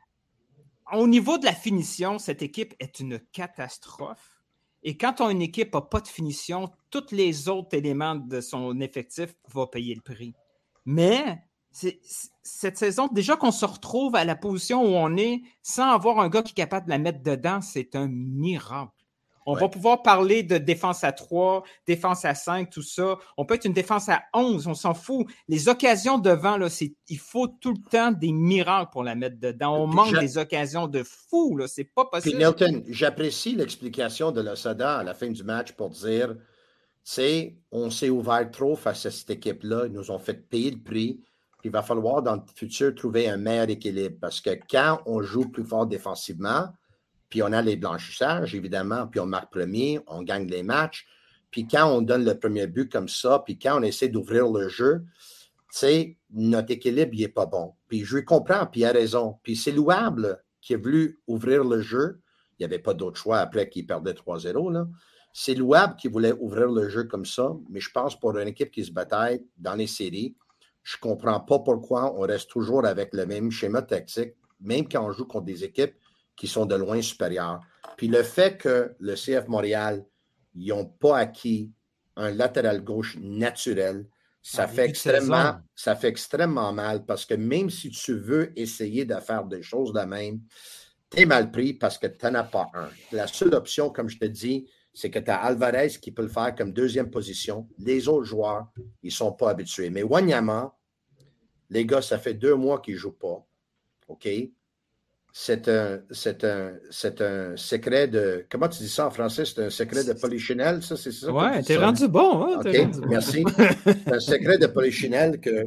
[SPEAKER 11] Au niveau de la finition, cette équipe est une catastrophe. Et quand on a une équipe n'a pas de finition, tous les autres éléments de son effectif vont payer le prix. Mais c'est, c'est, cette saison, déjà qu'on se retrouve à la position où on est sans avoir un gars qui est capable de la mettre dedans, c'est un miracle. On ouais. va pouvoir parler de défense à trois, défense à cinq, tout ça. On peut être une défense à onze, on s'en fout. Les occasions devant, là, c'est, il faut tout le temps des miracles pour la mettre dedans. On manque des occasions de fou, là. C'est pas possible.
[SPEAKER 8] Puis Nilton, j'apprécie l'explication de Losada à la fin du match pour dire, tu sais, on s'est ouvert trop face à cette équipe-là. Ils nous ont fait payer le prix. Puis il va falloir dans le futur trouver un meilleur équilibre parce que quand on joue plus fort défensivement, puis on a les blanchissages, évidemment, puis on marque premier, on gagne les matchs. Puis quand on donne le premier but comme ça, puis quand on essaie d'ouvrir le jeu, tu sais, notre équilibre, il n'est pas bon. Puis je lui comprends, puis il a raison. Puis c'est louable qu'il ait voulu ouvrir le jeu. Il n'y avait pas d'autre choix après qu'il perdait trois zéro, là. C'est louable qu'il voulait ouvrir le jeu comme ça, mais je pense pour une équipe qui se bataille dans les séries, je ne comprends pas pourquoi on reste toujours avec le même schéma tactique, même quand on joue contre des équipes qui sont de loin supérieurs. Puis le fait que le C F Montréal, ils n'ont pas acquis un latéral gauche naturel, ça, ah, fait extrêmement, ça fait extrêmement mal parce que même si tu veux essayer de faire des choses de même, tu es mal pris parce que tu n'en as pas un. La seule option, comme je te dis, c'est que tu as Alvarez qui peut le faire comme deuxième position. Les autres joueurs, ils ne sont pas habitués. Mais Wanyama, les gars, ça fait deux mois qu'ils ne jouent pas. OK? C'est un, c'est, un, c'est un secret de... Comment tu dis ça en français? C'est un secret de polichinelle, ça? C'est ça?
[SPEAKER 11] Ouais, t'es rendu bon. Hein,
[SPEAKER 8] OK,
[SPEAKER 11] t'es rendu
[SPEAKER 8] merci.
[SPEAKER 11] Bon.
[SPEAKER 8] C'est un secret de polichinelle que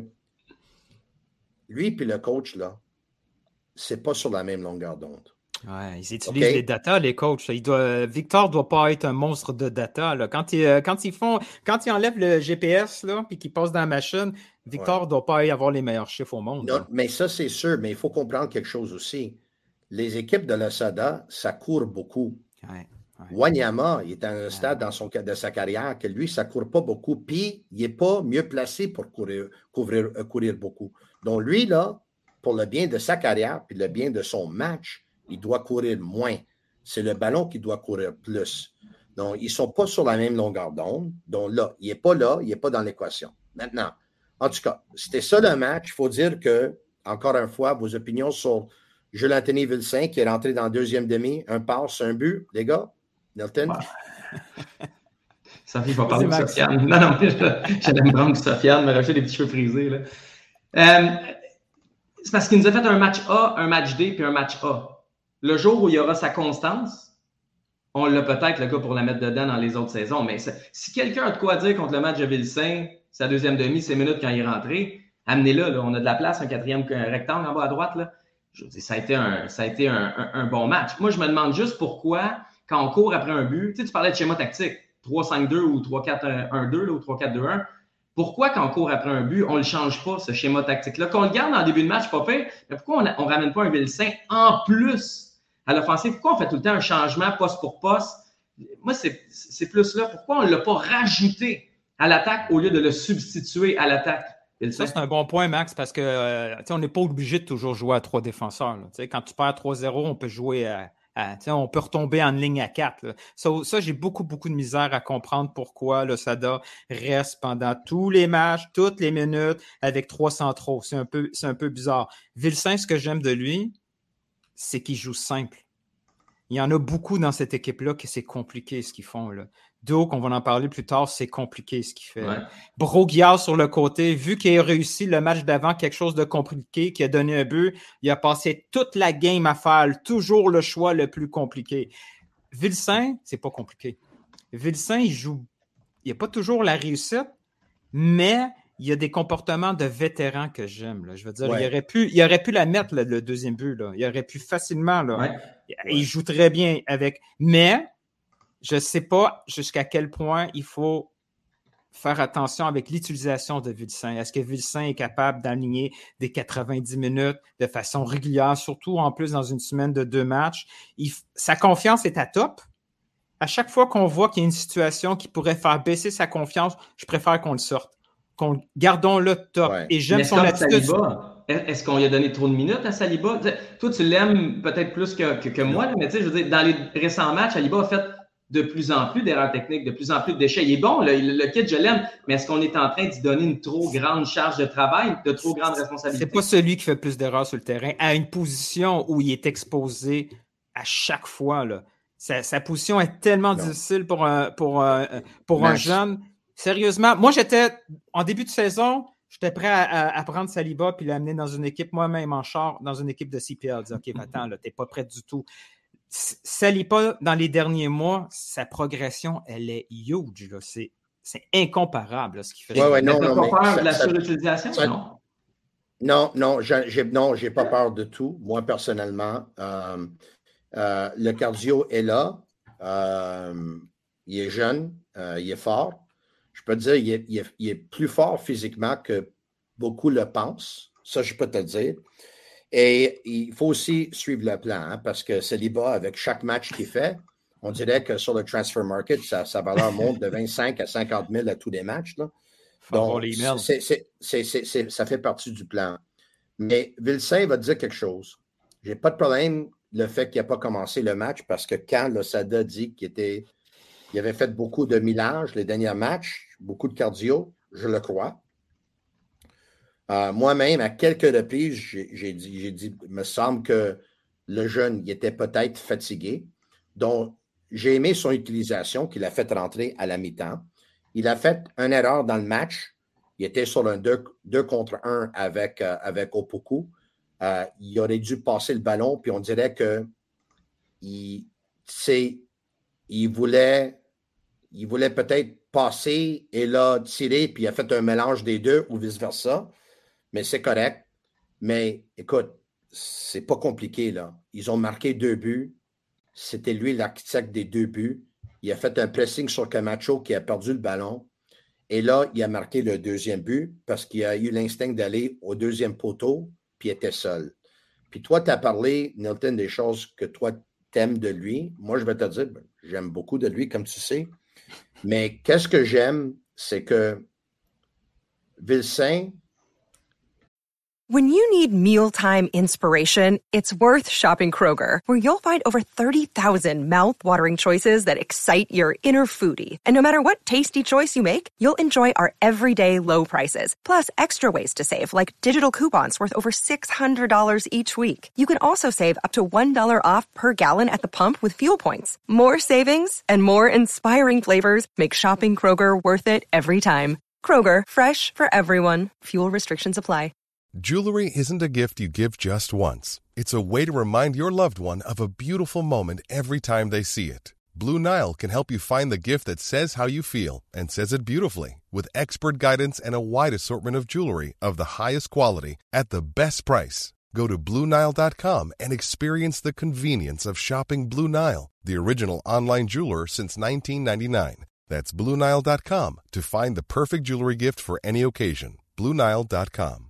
[SPEAKER 8] lui puis le coach, là, c'est pas sur la même longueur d'onde.
[SPEAKER 11] Ouais, ils utilisent okay. les data, les coachs. Il doit, Victor ne doit pas être un monstre de data. Là. Quand, ils, quand ils font, quand ils enlèvent le G P S là, puis qu'ils passent dans la machine, Victor ne ouais. doit pas avoir les meilleurs chiffres au monde.
[SPEAKER 8] Non, mais ça, c'est sûr. Mais il faut comprendre quelque chose aussi. Les équipes de l'Osada, ça court beaucoup.
[SPEAKER 11] Ouais, ouais.
[SPEAKER 8] Wanyama, il est à un stade dans son, de sa carrière que lui, ça ne court pas beaucoup. Puis, il n'est pas mieux placé pour courir, courir, euh, courir beaucoup. Donc, lui, là, pour le bien de sa carrière puis le bien de son match, il doit courir moins. C'est le ballon qui doit courir plus. Donc, ils ne sont pas sur la même longueur d'onde. Donc là, il n'est pas là, il n'est pas dans l'équation. Maintenant, en tout cas, c'était ça le match. Il faut dire que, encore une fois, vos opinions sur Jules Anthony Vilsaint qui est rentré dans le deuxième demi, un passe, un but, les gars? Nilton?
[SPEAKER 12] Sophie va parler de Sofiane. Non, non, j'allais me prendre Sofiane, me racheter des petits cheveux frisés. Là. Euh, c'est parce qu'il nous a fait un match A, un match D, puis un match A. Le jour où il y aura sa constance, on l'a peut-être, le gars, pour la mettre dedans dans les autres saisons. Mais ça, si quelqu'un a de quoi dire contre le match de Vilsaint, sa deuxième demi, ses minutes quand il est rentré, amenez-le. Là, on a de la place, un quatrième un rectangle en bas à droite. Là. Je veux dire, ça a été, un, ça a été un, un, un bon match. Moi, je me demande juste pourquoi, quand on court après un but, tu sais, tu parlais de schéma tactique, trois cinq deux ou trois quatre un deux ou trois quatre deux un. Pourquoi, quand on court après un but, on ne le change pas, ce schéma tactique-là? Qu'on le garde en début de match, pas pire, mais pourquoi on ne ramène pas un Vilsaint en plus à l'offensive? Pourquoi on fait tout le temps un changement poste pour poste? moi, c'est, c'est plus là. Pourquoi on ne l'a pas rajouté à l'attaque au lieu de le substituer à l'attaque?
[SPEAKER 11] Ça, c'est un bon point, Max, parce que euh, on n'est pas obligé de toujours jouer à trois défenseurs. Là. Quand tu perds trois zéro, on peut jouer à, à on peut retomber en ligne à quatre. Ça, ça, j'ai beaucoup, beaucoup de misère à comprendre pourquoi le Sada reste pendant tous les matchs, toutes les minutes, avec trois centraux. C'est un peu, c'est un peu bizarre. Vilsain, ce que j'aime de lui, c'est qu'il joue simple. Il y en a beaucoup dans cette équipe-là que c'est compliqué ce qu'ils font. Là. Doak, on va en parler plus tard, c'est compliqué ce qu'il fait. Ouais. Brault-Guillard sur le côté, vu qu'il a réussi le match d'avant quelque chose de compliqué, qui a donné un but, il a passé toute la game à faire toujours le choix le plus compliqué. Vilsain, c'est pas compliqué. Vilsain, il joue, il n'a pas toujours la réussite, mais il y a des comportements de vétéran que j'aime. Là. Je veux dire, ouais. il, aurait pu, il aurait pu la mettre, là, le deuxième but. Là. Il aurait pu facilement. Là. Ouais. Il ouais. joue très bien avec. Mais je ne sais pas jusqu'à quel point il faut faire attention avec l'utilisation de Vilsain. Est-ce que Vilsain est capable d'aligner des quatre-vingt-dix minutes de façon régulière, surtout en plus dans une semaine de deux matchs? Il, sa confiance est à top. À chaque fois qu'on voit qu'il y a une situation qui pourrait faire baisser sa confiance, je préfère qu'on le sorte. Qu'on, gardons-le top. Ouais. Et j'aime son attitude.
[SPEAKER 12] Saliba, est-ce qu'on lui a donné trop de minutes à Saliba? Toi, tu l'aimes peut-être plus que, que, que moi, mais tu sais, je veux dire, dans les récents matchs, Saliba a fait de plus en plus d'erreurs techniques, de plus en plus de déchets. Il est bon, le, le kid, je l'aime, mais est-ce qu'on est en train d'y donner une trop grande charge de travail, de trop grande responsabilité?
[SPEAKER 11] C'est pas celui qui fait plus d'erreurs sur le terrain, à une position où il est exposé à chaque fois. Là. Sa, sa position est tellement non. difficile pour un, pour un, pour un jeune. Sérieusement, moi, j'étais, en début de saison, j'étais prêt à, à, à prendre Saliba puis l'amener dans une équipe, moi-même en char, dans une équipe de C P L. Dire, OK, attends, là, t'es pas prêt du tout. Saliba, dans les derniers mois, sa progression, elle est huge. Là. C'est, c'est incomparable, là, ce qu'il fait.
[SPEAKER 8] Ouais, ouais, non, non,
[SPEAKER 12] pas peur
[SPEAKER 8] ça,
[SPEAKER 12] de la
[SPEAKER 8] ça,
[SPEAKER 12] surutilisation, ça, non?
[SPEAKER 8] Non, non, j'ai, j'ai, non, j'ai pas peur de tout, moi, personnellement. Euh, euh, le cardio est là. Euh, il est jeune, euh, il est fort. Je peux te dire, il est, il, est, il est plus fort physiquement que beaucoup le pensent. Ça, je peux te le dire. Et il faut aussi suivre le plan, hein, parce que Saliba, avec chaque match qu'il fait, on dirait que sur le transfer market, sa, sa valeur monte de vingt-cinq à cinquante mille à tous les matchs. Là. Donc, c'est, c'est, c'est, c'est, c'est, ça fait partie du plan. Mais Vilsain va te dire quelque chose. Je n'ai pas de problème le fait qu'il n'a pas commencé le match, parce que quand le Sada dit qu'il était, il avait fait beaucoup de millage les derniers matchs, beaucoup de cardio, je le crois. Euh, moi-même, à quelques reprises, j'ai, j'ai dit, j'ai dit, il me semble que le jeune, il était peut-être fatigué. Donc, j'ai aimé son utilisation qu'il a fait rentrer à la mi-temps. Il a fait une erreur dans le match. Il était sur un deux contre un avec, euh, avec Opoku. Euh, il aurait dû passer le ballon, puis on dirait que il, c'est, il voulait, il voulait peut-être passer et là, tirer, puis il a fait un mélange des deux ou vice-versa. Mais c'est correct. Mais écoute, c'est pas compliqué, là. Ils ont marqué deux buts. C'était lui l'architecte des deux buts. Il a fait un pressing sur Camacho qui a perdu le ballon. Et là, il a marqué le deuxième but parce qu'il a eu l'instinct d'aller au deuxième poteau, puis il était seul. Puis toi, tu as parlé, Nilton, des choses que toi, t'aimes de lui. Moi, je vais te dire, j'aime beaucoup de lui, comme tu sais. Mais qu'est-ce que j'aime, c'est que Vilsain,
[SPEAKER 17] when you need mealtime inspiration, it's worth shopping Kroger, where you'll find over thirty thousand mouth-watering choices that excite your inner foodie. And no matter what tasty choice you make, you'll enjoy our everyday low prices, plus extra ways to save, like digital coupons worth over six hundred dollars each week. You can also save up to one dollar off per gallon at the pump with fuel points. More savings and more inspiring flavors make shopping Kroger worth it every time. Kroger, fresh for everyone. Fuel restrictions apply.
[SPEAKER 18] Jewelry isn't a gift you give just once. It's a way to remind your loved one of a beautiful moment every time they see it. Blue Nile can help you find the gift that says how you feel and says it beautifully, with expert guidance and a wide assortment of jewelry of the highest quality at the best price. Go to Blue Nile dot com and experience the convenience of shopping Blue Nile, the original online jeweler since nineteen ninety-nine. That's Blue Nile dot com to find the perfect jewelry gift for any occasion. Blue Nile dot com.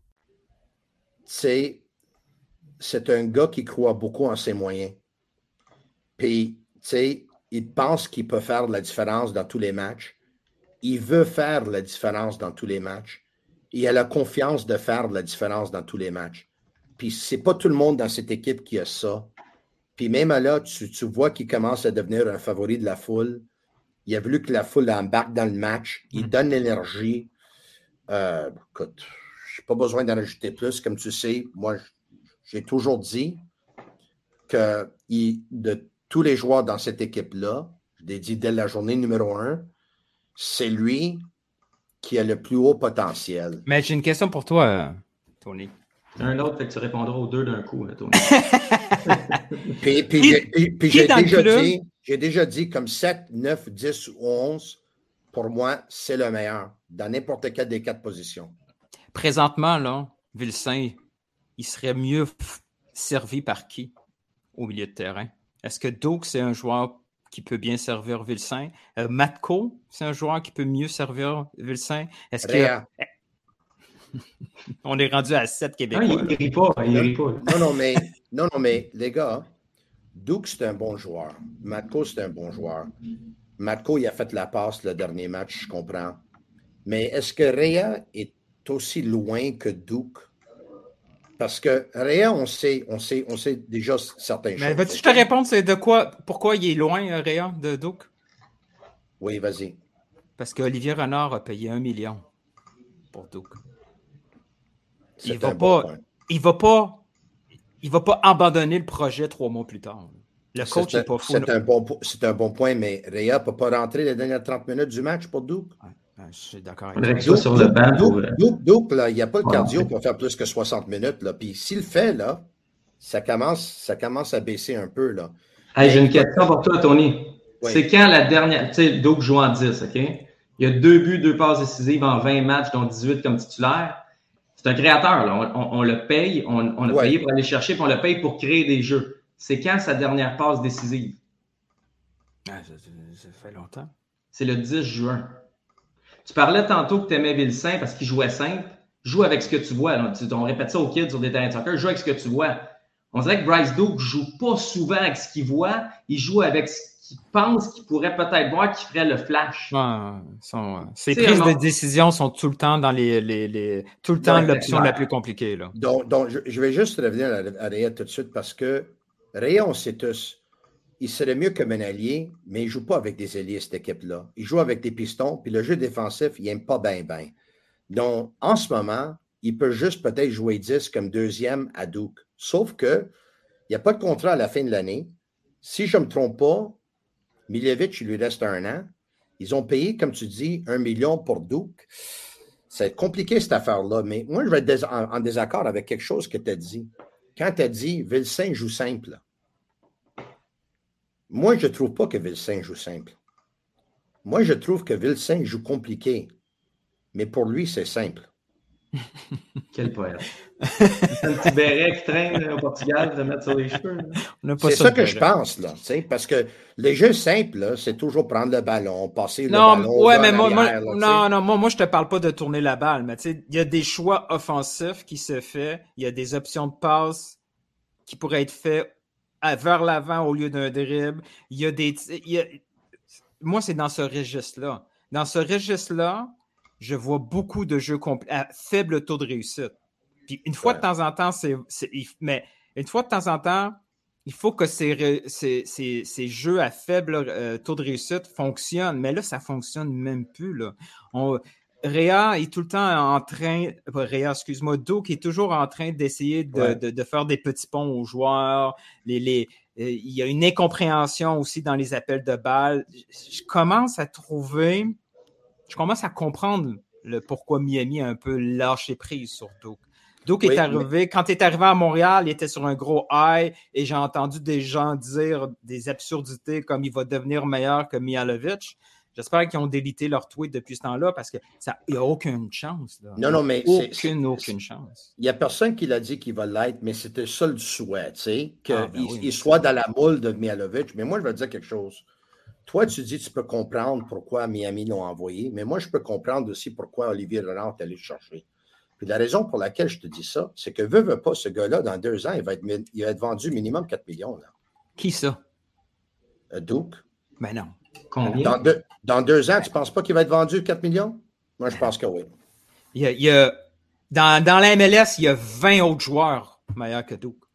[SPEAKER 8] C'est, c'est un gars qui croit beaucoup en ses moyens. Puis, tu sais, il pense qu'il peut faire de la différence dans tous les matchs. Il veut faire de la différence dans tous les matchs. Il a la confiance de faire de la différence dans tous les matchs. Puis c'est pas tout le monde dans cette équipe qui a ça. Puis même là, tu, tu vois qu'il commence à devenir un favori de la foule. Il a voulu que la foule embarque dans le match. Il donne l'énergie. Euh, écoute, je n'ai pas besoin d'en rajouter plus. Comme tu sais, moi, j'ai toujours dit que il, de tous les joueurs dans cette équipe-là, je l'ai dit dès la journée numéro un, c'est lui qui a le plus haut potentiel.
[SPEAKER 11] Mais j'ai une question pour toi, Tony.
[SPEAKER 12] Un autre, fait que tu répondras aux deux d'un coup, Tony.
[SPEAKER 8] puis puis,
[SPEAKER 11] qui,
[SPEAKER 8] j'ai, puis j'ai, déjà dit, j'ai déjà dit comme sept, neuf, dix ou onze, pour moi, c'est le meilleur dans n'importe quelle des quatre positions.
[SPEAKER 11] Présentement, là, Vilsaint, il serait mieux f- servi par qui au milieu de terrain? Est-ce que Doak, c'est un joueur qui peut bien servir Vilsaint? Euh, Matko, c'est un joueur qui peut mieux servir Vilsaint? Est-ce
[SPEAKER 8] Réa.
[SPEAKER 11] que... On est rendu à sept Québécois.
[SPEAKER 12] Non, il rit pas, il rit pas.
[SPEAKER 8] Non, non, mais, non, non, mais les gars, Doak, c'est un bon joueur. Matko, c'est un bon joueur. Matko, il a fait la passe le dernier match, je comprends. Mais est-ce que Réa est aussi loin que Doak? Parce que Réa, on sait, on sait, on sait déjà certaines
[SPEAKER 11] mais
[SPEAKER 8] choses.
[SPEAKER 11] veux-tu te répondre, c'est de quoi, pourquoi il est loin, Réa, de Doak?
[SPEAKER 8] Oui, vas-y.
[SPEAKER 11] Parce qu'Olivier Renard a payé un million pour Doak. Il va,
[SPEAKER 8] bon
[SPEAKER 11] pas, il va pas, il va pas abandonner le projet trois mois plus tard. Le coach n'est pas fou.
[SPEAKER 8] C'est un, bon, c'est un bon point, mais Réa ne peut pas rentrer les dernières trente minutes du match pour Doak.
[SPEAKER 11] Ouais, je suis d'accord
[SPEAKER 12] avec toi. Doak, sur le banc pour...
[SPEAKER 8] Doak, Doak, là, il n'y a pas le cardio ouais. pour faire plus que soixante minutes. Là. Puis s'il le fait, là, ça commence, ça commence à baisser un peu. Là.
[SPEAKER 12] Hey, j'ai une question pour toi, Tony.
[SPEAKER 8] Oui.
[SPEAKER 12] C'est quand la dernière... Tu sais, Doak joue en dix, OK? Il y a deux buts, deux passes décisives en vingt matchs, dont dix-huit comme titulaire. C'est un créateur. Là. On, on, on le paye, on, on a ouais. payé pour aller chercher, puis on le paye pour créer des jeux. C'est quand sa dernière passe décisive?
[SPEAKER 11] Ah, ça, ça fait longtemps.
[SPEAKER 12] C'est le dix juin. Tu parlais tantôt que tu aimais Vilsaint parce qu'il jouait simple. Joue avec ce que tu vois. Là. On répète ça aux kids sur des terrains de soccer. Joue avec ce que tu vois. On dirait que Bryce Doak ne joue pas souvent avec ce qu'il voit. Il joue avec ce qu'il pense qu'il pourrait peut-être voir qui ferait le flash.
[SPEAKER 11] Ouais, son, ses c'est prises de décision sont tout le temps dans les, les, les tout le temps ouais, l'option la plus compliquée. Là.
[SPEAKER 8] Donc, donc je, je vais juste revenir à, à Réa tout de suite parce que Réa, on sait tous, il serait mieux comme un allié, mais il ne joue pas avec des alliés, cette équipe-là. Il joue avec des pistons, puis le jeu défensif, il n'aime pas bien, bien. Donc, en ce moment, il peut juste peut-être jouer dix comme deuxième à Doak. Sauf que il n'y a pas de contrat à la fin de l'année. Si je ne me trompe pas, Miljevic, il lui reste un an. Ils ont payé, comme tu dis, un million pour Doak. C'est compliqué, cette affaire-là, mais moi, je vais être en, en désaccord avec quelque chose que tu as dit. Quand tu as dit Vilsaint joue simple, moi, je ne trouve pas que Vilsaint joue simple. Moi, je trouve que Vilsaint joue compliqué. Mais pour lui, c'est simple.
[SPEAKER 12] Quel poète. C'est un petit béret qui traîne au Portugal de mettre sur les cheveux.
[SPEAKER 8] C'est ça, ça que je pense, là. Parce que les jeux simples, là, c'est toujours prendre le ballon, passer
[SPEAKER 11] non,
[SPEAKER 8] le ballon.
[SPEAKER 11] Ouais, mais moi,
[SPEAKER 8] arrière,
[SPEAKER 11] moi,
[SPEAKER 8] là,
[SPEAKER 11] non, non, moi, moi, je te parle pas de tourner la balle, mais tu sais, il y a des choix offensifs qui se font. Il y a des options de passe qui pourraient être faites vers l'avant au lieu d'un dribble. Il y a des. Il y a... Moi, c'est dans ce registre-là. Dans ce registre-là, je vois beaucoup de jeux compl- à faible taux de réussite. Puis une fois ouais. de temps en temps, c'est, c'est. Mais une fois de temps en temps, il faut que ces, ces, ces, ces jeux à faible euh, taux de réussite fonctionnent. Mais là, ça ne fonctionne même plus. Là. On, Réa est tout le temps en train. Réa, excuse-moi, Doak est toujours en train d'essayer de, ouais. de, de faire des petits ponts aux joueurs. Les, les, euh, il y a une incompréhension aussi dans les appels de balles. Je, je commence à trouver. Je commence à comprendre le pourquoi Miami a un peu lâché prise sur Doak. Doak oui, est arrivé, mais... quand il est arrivé à Montréal, il était sur un gros high et j'ai entendu des gens dire des absurdités comme il va devenir meilleur que Mihailovic. J'espère qu'ils ont délité leur tweet depuis ce temps-là parce qu'il n'y a aucune chance. Là.
[SPEAKER 8] Non, non, mais
[SPEAKER 11] aucune,
[SPEAKER 8] c'est,
[SPEAKER 11] aucune chance.
[SPEAKER 8] Il n'y a personne qui l'a dit qu'il va l'être, mais c'était ça le souhait, tu sais, qu'il ah, ben oui, il soit dans la moule de Mihailovic. Mais moi, je vais te dire quelque chose. Toi, tu dis que tu peux comprendre pourquoi Miami l'ont envoyé, mais moi, je peux comprendre aussi pourquoi Olivier Renard est allé le chercher. Puis la raison pour laquelle je te dis ça, c'est que veut, veut pas, ce gars-là, dans deux ans, il va être, il va être vendu minimum quatre millions. Là.
[SPEAKER 11] Qui ça?
[SPEAKER 8] Euh, Doak.
[SPEAKER 11] Ben non.
[SPEAKER 12] Combien?
[SPEAKER 8] Dans deux, dans deux ans, tu ne penses pas qu'il va être vendu quatre millions? Moi, je pense que oui.
[SPEAKER 11] Il y a, il y a, dans, dans la M L S, il y a vingt autres joueurs meilleurs que Duke.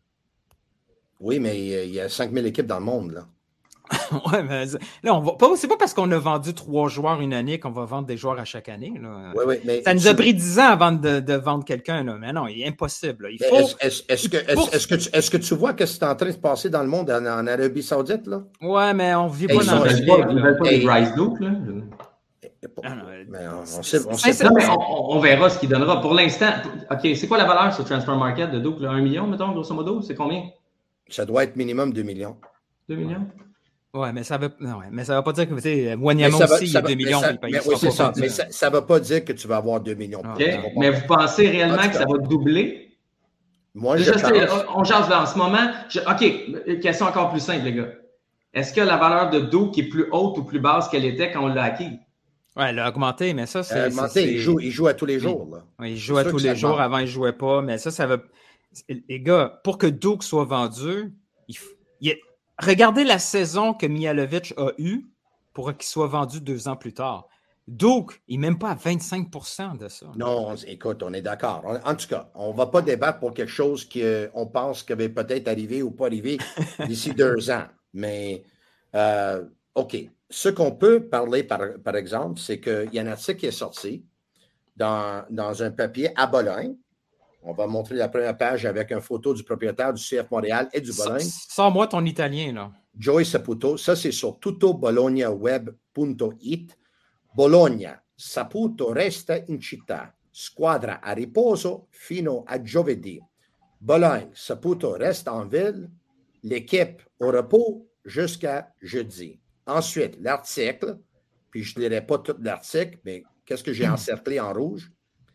[SPEAKER 8] Oui, mais il y a cinq mille équipes dans le monde, là.
[SPEAKER 11] Ouais, mais là, on va pas, c'est pas parce qu'on a vendu trois joueurs une année qu'on va vendre des joueurs à chaque année. Là.
[SPEAKER 8] Oui, oui, mais
[SPEAKER 11] ça nous a pris dix ans avant de, de vendre quelqu'un. Là. Mais non, il est impossible. Là. Il faut...
[SPEAKER 8] Est-ce, est-ce, est-ce, que, est-ce, est-ce, que tu, est-ce que tu vois ce qui est en train de se passer dans le monde en, en Arabie Saoudite? Là?
[SPEAKER 11] Ouais, mais on vit
[SPEAKER 8] hey,
[SPEAKER 11] pas dans
[SPEAKER 8] le
[SPEAKER 12] Ils ne veulent pas des Bryce Duke, là.
[SPEAKER 8] Ah, non, mais on, on sait, on, sait
[SPEAKER 12] ça, mais on, on verra ce qu'il donnera. Pour l'instant, OK, c'est quoi la valeur sur Transfer Market de Duke? Là? Un million, mettons, grosso modo? C'est combien?
[SPEAKER 8] Ça doit être minimum deux millions.
[SPEAKER 12] deux millions?
[SPEAKER 11] Ouais, mais ça veut, non, ouais, mais ça veut pas dire que, tu sais, Wanyama aussi, il y a deux millions.
[SPEAKER 8] Ça,
[SPEAKER 11] il
[SPEAKER 8] mais, oui, c'est ça. Mais ça ne veut pas dire que tu vas avoir deux millions.
[SPEAKER 12] OK, mais vous pensez réellement que ça va doubler?
[SPEAKER 8] Moi,
[SPEAKER 12] je, je sais,
[SPEAKER 8] pense...
[SPEAKER 12] on jase là en ce moment. Je, OK, question encore plus simple, les gars. Est-ce que la valeur de Duke est plus haute ou plus basse qu'elle était quand on l'a acquis?
[SPEAKER 11] Oui, elle a augmenté, mais ça, c'est...
[SPEAKER 8] Elle a augmenté,
[SPEAKER 11] c'est,
[SPEAKER 8] il, joue, il joue à tous les jours. Là.
[SPEAKER 11] Oui, il joue à tous les jours. Avant, il ne jouait pas, mais ça, ça va... Les gars, pour que Duke soit vendu, il faut... il est... regardez la saison que Mihajlovic a eue pour qu'il soit vendu deux ans plus tard. Duke, il n'est même pas à vingt-cinq pour cent de ça.
[SPEAKER 8] Non, on, écoute, on est d'accord. On, en tout cas, on ne va pas débattre pour quelque chose qu'on pense qu'il va peut-être arriver ou pas arriver d'ici deux ans. Mais, euh, OK. Ce qu'on peut parler, par, par exemple, c'est qu'il y a un article qui est sorti dans, dans un papier à Bologne. On va montrer la première page avec une photo du propriétaire du C F Montréal et du Bologne.
[SPEAKER 11] Sors-moi ton italien, là.
[SPEAKER 8] Joey Saputo. Ça, c'est sur tutobolognaweb punto it. Bologna. Saputo resta in città. Squadra a riposo fino a giovedì. Bologne. Saputo reste en ville. L'équipe au repos jusqu'à jeudi. Ensuite, l'article, puis je ne lirai pas tout l'article, mais qu'est-ce que j'ai encerclé en rouge?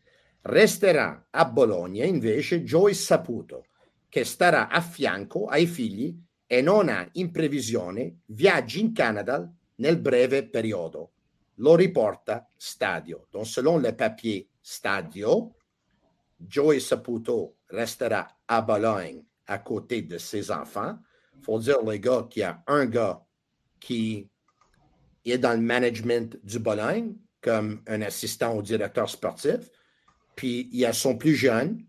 [SPEAKER 8] Resterà a Bologna invece Joey Saputo, che starà a fianco ai figli e non ha in previsione viaggi in Canada nel breve periodo. Lo riporta Stadio. Donc, selon le papier Stadio, Joey Saputo restera à Bologne à côté de ses enfants. Il faut dire, les gars, qu'il y a un gars qui est dans le management du Bologne comme un assistant au directeur sportif. Puis, il y a son plus jeune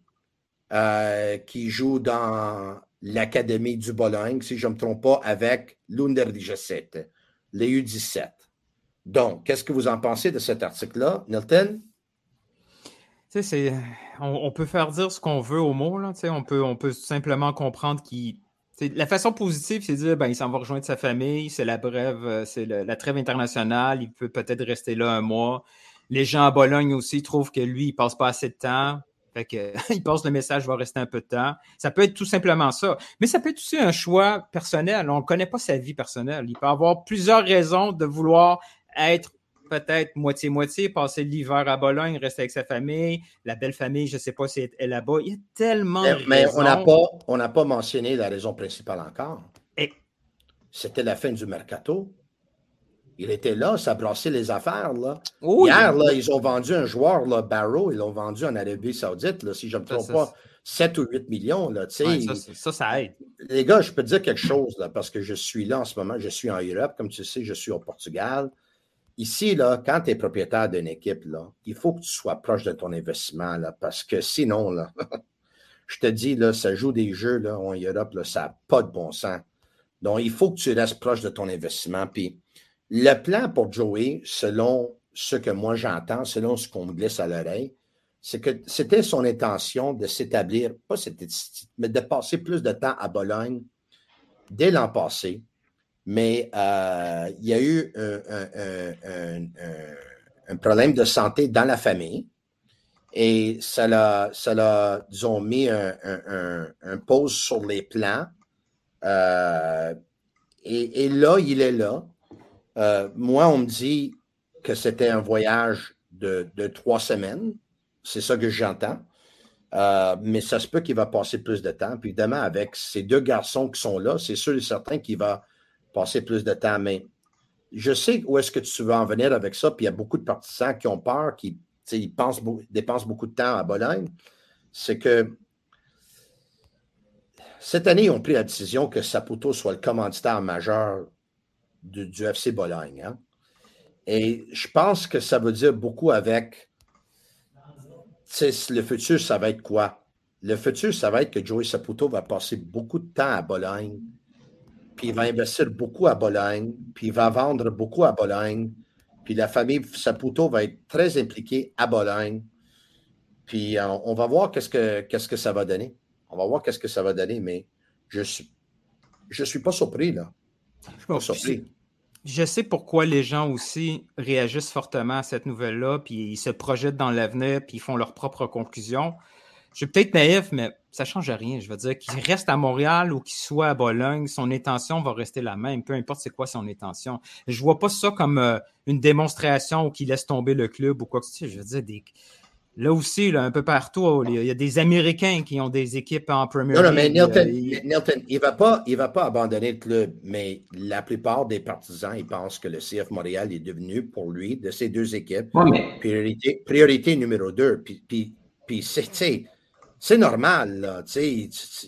[SPEAKER 8] euh, qui joue dans l'académie du Bologne, si je ne me trompe pas, avec l'Under dix-sept, les U dix-sept. Donc, qu'est-ce que vous en pensez de cet article-là, Nilton?
[SPEAKER 11] Tu sais, c'est, on, on peut faire dire ce qu'on veut au mot, là. Tu sais, on peut, on peut simplement comprendre qu'il... La façon positive, c'est de dire ben, il s'en va rejoindre sa famille, c'est la brève, c'est le, la trêve internationale, il peut peut-être rester là un mois. Les gens à Bologne aussi trouvent que lui, il passe pas assez de temps. Fait que, il passe le message, va rester un peu de temps. Ça peut être tout simplement ça. Mais ça peut être aussi un choix personnel. On ne connaît pas sa vie personnelle. Il peut avoir plusieurs raisons de vouloir être peut-être moitié-moitié, passer l'hiver à Bologne, rester avec sa famille, la belle famille, je ne sais pas si elle est là-bas. Il y a tellement
[SPEAKER 8] mais,
[SPEAKER 11] de
[SPEAKER 8] mais
[SPEAKER 11] raisons.
[SPEAKER 8] on n'a pas, on n'a pas mentionné la raison principale encore.
[SPEAKER 11] Et...
[SPEAKER 8] C'était la fin du mercato. Il était là, ça brassait les affaires. Là.
[SPEAKER 11] Oui.
[SPEAKER 8] Hier, là, ils ont vendu un joueur, là, Barrow, ils l'ont vendu en Arabie Saoudite, là, si je ne me trompe ça, pas, ça, sept ou huit millions. Là,
[SPEAKER 11] ouais, ça, ça, ça aide.
[SPEAKER 8] Les gars, je peux te dire quelque chose, là, parce que je suis là en ce moment, je suis en Europe, comme tu sais, je suis au Portugal. Ici, là, quand tu es propriétaire d'une équipe, là, il faut que tu sois proche de ton investissement, là, parce que sinon, là, je te dis, là, ça joue des jeux là, en Europe, là, ça n'a pas de bon sens. Donc, il faut que tu restes proche de ton investissement. Puis, le plan pour Joey, selon ce que moi j'entends, selon ce qu'on me glisse à l'oreille, c'est que c'était son intention de s'établir, pas c'était, mais de passer plus de temps à Bologne dès l'an passé. Mais euh, il y a eu un, un, un, un, un problème de santé dans la famille et ça l'a, ça l'a disons, mis un, un, un, un pause sur les plans. Euh, et, et là, il est là. Euh, moi, on me dit que c'était un voyage de, de trois semaines. C'est ça que j'entends. Euh, mais ça se peut qu'il va passer plus de temps. Puis évidemment, avec ces deux garçons qui sont là, c'est sûr et certain qu'il va passer plus de temps. Mais je sais où est-ce que tu veux en venir avec ça. Puis il y a beaucoup de partisans qui ont peur, qui ils pensent, dépensent beaucoup de temps à Bologne. C'est que cette année, ils ont pris la décision que Saputo soit le commanditaire majeur du, du F C Bologne. Hein? Et je pense que ça veut dire beaucoup avec, tu sais, le futur, ça va être quoi? Le futur, ça va être que Joey Saputo va passer beaucoup de temps à Bologne, puis il va investir beaucoup à Bologne, puis il va vendre beaucoup à Bologne, puis la famille Saputo va être très impliquée à Bologne. Puis on, on va voir qu'est-ce que, qu'est-ce que ça va donner. On va voir qu'est-ce que ça va donner, mais je suis, je suis pas surpris, là. Je suis pas surpris.
[SPEAKER 11] Je sais pourquoi les gens aussi réagissent fortement à cette nouvelle-là, puis ils se projettent dans l'avenir, puis ils font leurs propres conclusions. Je suis peut-être naïf, mais ça ne change rien. Je veux dire, qu'il reste à Montréal ou qu'il soit à Bologne, son intention va rester la même, peu importe c'est quoi son intention. Je ne vois pas ça comme euh, une démonstration ou qu'il laisse tomber le club ou quoi que ce soit. Je veux dire, des... là aussi, là, un peu partout, il y a des Américains qui ont des équipes en Premier League.
[SPEAKER 8] Non, non, mais Nilton,
[SPEAKER 11] euh, il
[SPEAKER 8] Nilton, il ne va pas, il va pas abandonner le club, mais la plupart des partisans, ils pensent que le C F Montréal est devenu, pour lui, de ces deux équipes,
[SPEAKER 12] ouais, mais...
[SPEAKER 8] priorité, priorité numéro deux. Puis, puis, puis c'est, c'est normal, là, tu sais,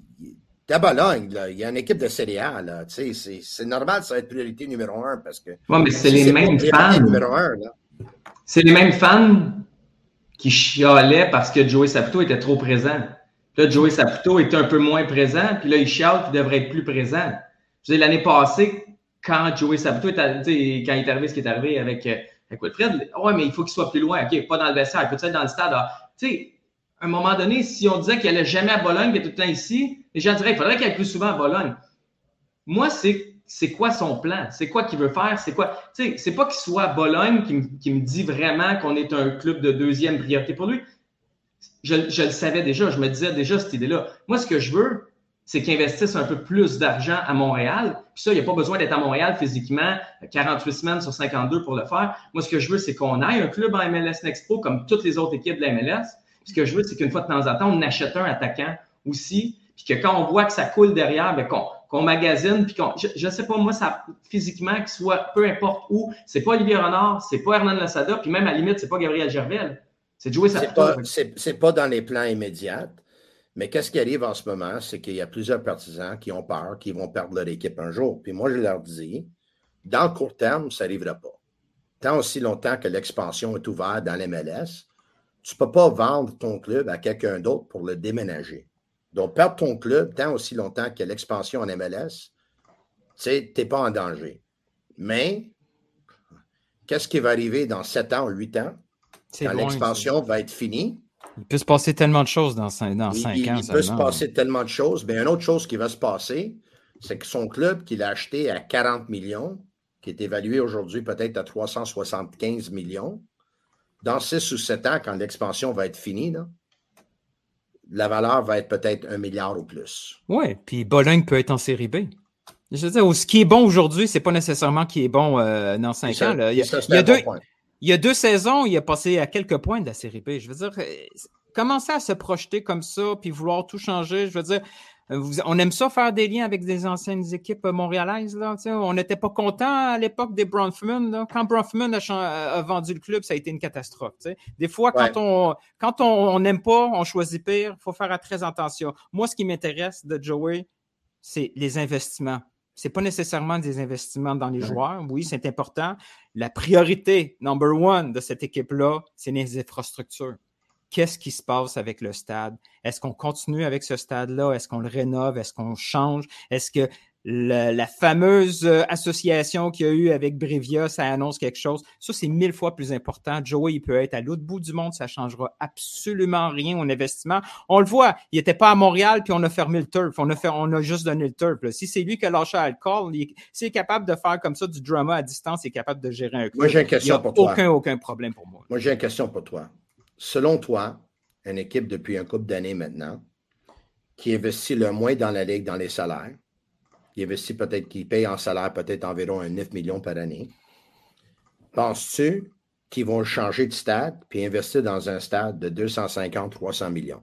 [SPEAKER 8] à Bologne, là, il y a une équipe de Serie A, là, tu sais, c'est, c'est normal, ça va être priorité numéro un, parce que...
[SPEAKER 12] Ouais, mais c'est les c'est mêmes fans. Numéro un, là. C'est les mêmes fans qui chialaient parce que Joey Saputo était trop présent. Là, Joey Saputo était un peu moins présent, puis là, il chiale qu'il devrait être plus présent. Je veux dire, l'année passée, quand Joey Saputo est arrivé, quand il est arrivé ce qui est arrivé avec, avec Wilfred, ouais, mais il faut qu'il soit plus loin. OK, pas dans le vestiaire, il peut être dans le stade. Tu sais, à un moment donné, si on disait qu'il allait jamais à Bologne, qu'il était tout le temps ici, les gens diraient qu'il faudrait qu'il aille plus souvent à Bologne. Moi, c'est, c'est quoi son plan? C'est quoi qu'il veut faire? C'est quoi? Tu sais, c'est pas qu'il soit à Bologne qui, m- qui me dit vraiment qu'on est un club de deuxième priorité pour lui. Je, je le savais déjà, je me disais déjà cette idée-là. Moi, ce que je veux, c'est qu'il investisse un peu plus d'argent à Montréal. Puis ça, il n'y a pas besoin d'être à Montréal physiquement quarante-huit semaines sur cinquante-deux pour le faire. Moi, ce que je veux, c'est qu'on aille un club en M L S Next Pro comme toutes les autres équipes de la M L S. Puis ce que je veux, c'est qu'une fois de temps en temps, on achète un attaquant aussi. Puis que quand on voit que ça coule derrière, bien, qu'on, qu'on magasine. Puis qu'on, je ne sais pas, moi, ça physiquement, qu'il soit peu importe où, c'est pas Olivier Renard, c'est pas Hernan Losada, puis même à la limite, c'est pas Gabriel Gervais. C'est Joey Saputo.
[SPEAKER 8] C'est pas, c'est, c'est pas dans les plans immédiats. Mais qu'est-ce qui arrive en ce moment, c'est qu'il y a plusieurs partisans qui ont peur qu'ils vont perdre leur équipe un jour. Puis moi, je leur dis, dans le court terme, ça n'arrivera pas. Tant aussi longtemps que l'expansion est ouverte dans l'M L S, tu ne peux pas vendre ton club à quelqu'un d'autre pour le déménager. Donc, perdre ton club tant aussi longtemps que l'expansion en M L S, tu n'es pas en danger. Mais, qu'est-ce qui va arriver dans sept ans ou huit ans, c'est quand loin, l'expansion ça. va être finie?
[SPEAKER 11] Il peut se passer tellement de choses dans cinq, dans
[SPEAKER 8] il,
[SPEAKER 11] cinq
[SPEAKER 8] il,
[SPEAKER 11] ans.
[SPEAKER 8] Il peut se passer tellement de choses. Mais une autre chose qui va se passer, c'est que son club qu'il a acheté à quarante millions, qui est évalué aujourd'hui peut-être à trois cent soixante-quinze millions, dans six ou sept ans, quand l'expansion va être finie, là, la valeur va être peut-être un milliard ou plus.
[SPEAKER 11] Oui, puis Bologne peut être en série B. Je veux dire, ce qui est bon aujourd'hui, c'est pas nécessairement qui est bon euh, dans cinq ça, ans. Là. Il y a, ça, il y a deux, bon il y a deux saisons, il a passé à quelques points de la série B. Je veux dire, commencer à se projeter comme ça, puis vouloir tout changer, je veux dire, on aime ça faire des liens avec des anciennes équipes montréalaises. Là, on n'était pas content à l'époque des Bronfman. Là. Quand Bronfman a, a vendu le club, ça a été une catastrophe. T'sais. Des fois, quand ouais. on quand on n'aime pas, on choisit pire. Il faut faire très attention. Moi, ce qui m'intéresse de Joey, c'est les investissements. Ce n'est pas nécessairement des investissements dans les ouais. joueurs. Oui, c'est important. La priorité, number one, de cette équipe-là, c'est les infrastructures. Qu'est-ce qui se passe avec le stade? Est-ce qu'on continue avec ce stade-là? Est-ce qu'on le rénove? Est-ce qu'on change? Est-ce que le, la fameuse association qu'il y a eu avec Brevia, ça annonce quelque chose? Ça, c'est mille fois plus important. Joey, il peut être à l'autre bout du monde. Ça ne changera absolument rien au investissement. On le voit, il n'était pas à Montréal puis on a fermé le turf. On a, fait, on a juste donné le turf. Là. Si c'est lui qui a lâché alcool, il, s'il est capable de faire comme ça du drama à distance, il est capable de gérer un club.
[SPEAKER 8] Moi, j'ai une question pour toi.
[SPEAKER 11] Aucun, aucun problème pour moi.
[SPEAKER 8] Moi, j'ai une question pour toi. Selon toi, une équipe depuis un couple d'années maintenant, qui investit le moins dans la ligue dans les salaires, qui investit peut-être, qui paye en salaire peut-être environ un neuf millions par année, penses-tu qu'ils vont changer de stade puis investir dans un stade de deux cent cinquante à trois cents millions?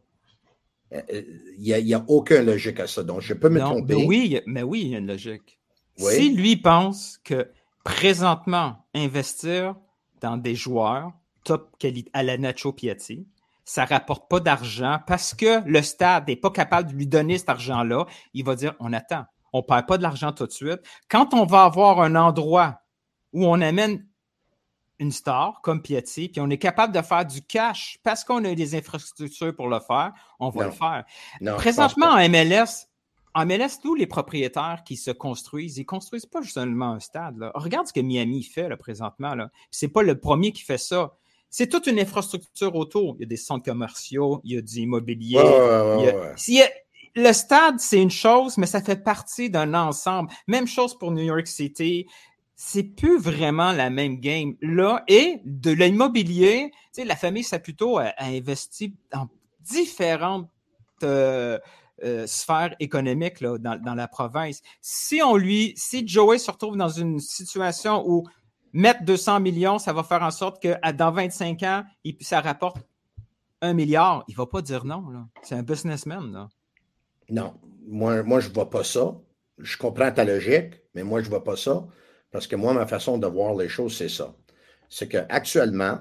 [SPEAKER 8] Il n'y a, il y a aucune logique à ça. Donc, je peux me
[SPEAKER 11] non,
[SPEAKER 8] tromper.
[SPEAKER 11] Mais oui, mais oui, il y a une logique.
[SPEAKER 8] Oui.
[SPEAKER 11] Si lui pense que présentement, investir dans des joueurs top qualité à la Nacho Piatti, ça ne rapporte pas d'argent parce que le stade n'est pas capable de lui donner cet argent-là, il va dire on attend. on ne perd pas de l'argent tout de suite. Quand on va avoir un endroit où on amène une star comme Piatti, puis on est capable de faire du cash parce qu'on a des infrastructures pour le faire, on va
[SPEAKER 8] non.
[SPEAKER 11] le faire.
[SPEAKER 8] Non,
[SPEAKER 11] présentement, en M L S, en M L S, tous les propriétaires qui se construisent, ils ne construisent pas seulement un stade. Là. Regarde ce que Miami fait là, présentement. Là. Ce n'est pas le premier qui fait ça. C'est toute une infrastructure autour. Il y a des centres commerciaux, il y a du immobilier.
[SPEAKER 8] Ouais, ouais,
[SPEAKER 11] il y a...
[SPEAKER 8] ouais.
[SPEAKER 11] Il y a... Le stade, c'est une chose, mais ça fait partie d'un ensemble. Même chose pour New York City. C'est plus vraiment la même game. Là, et de l'immobilier, tu sais, la famille Saputo a, a investi dans différentes euh, euh, sphères économiques là, dans, dans la province. Si on lui, si Joey se retrouve dans une situation où mettre deux cents millions, ça va faire en sorte que dans vingt-cinq ans, il, ça rapporte un milliard, il ne va pas dire non. Là. C'est un businessman. Là.
[SPEAKER 8] Non, moi, moi je ne vois pas ça. Je comprends ta logique, mais moi, je ne vois pas ça. Parce que moi, ma façon de voir les choses, c'est ça. C'est qu'actuellement,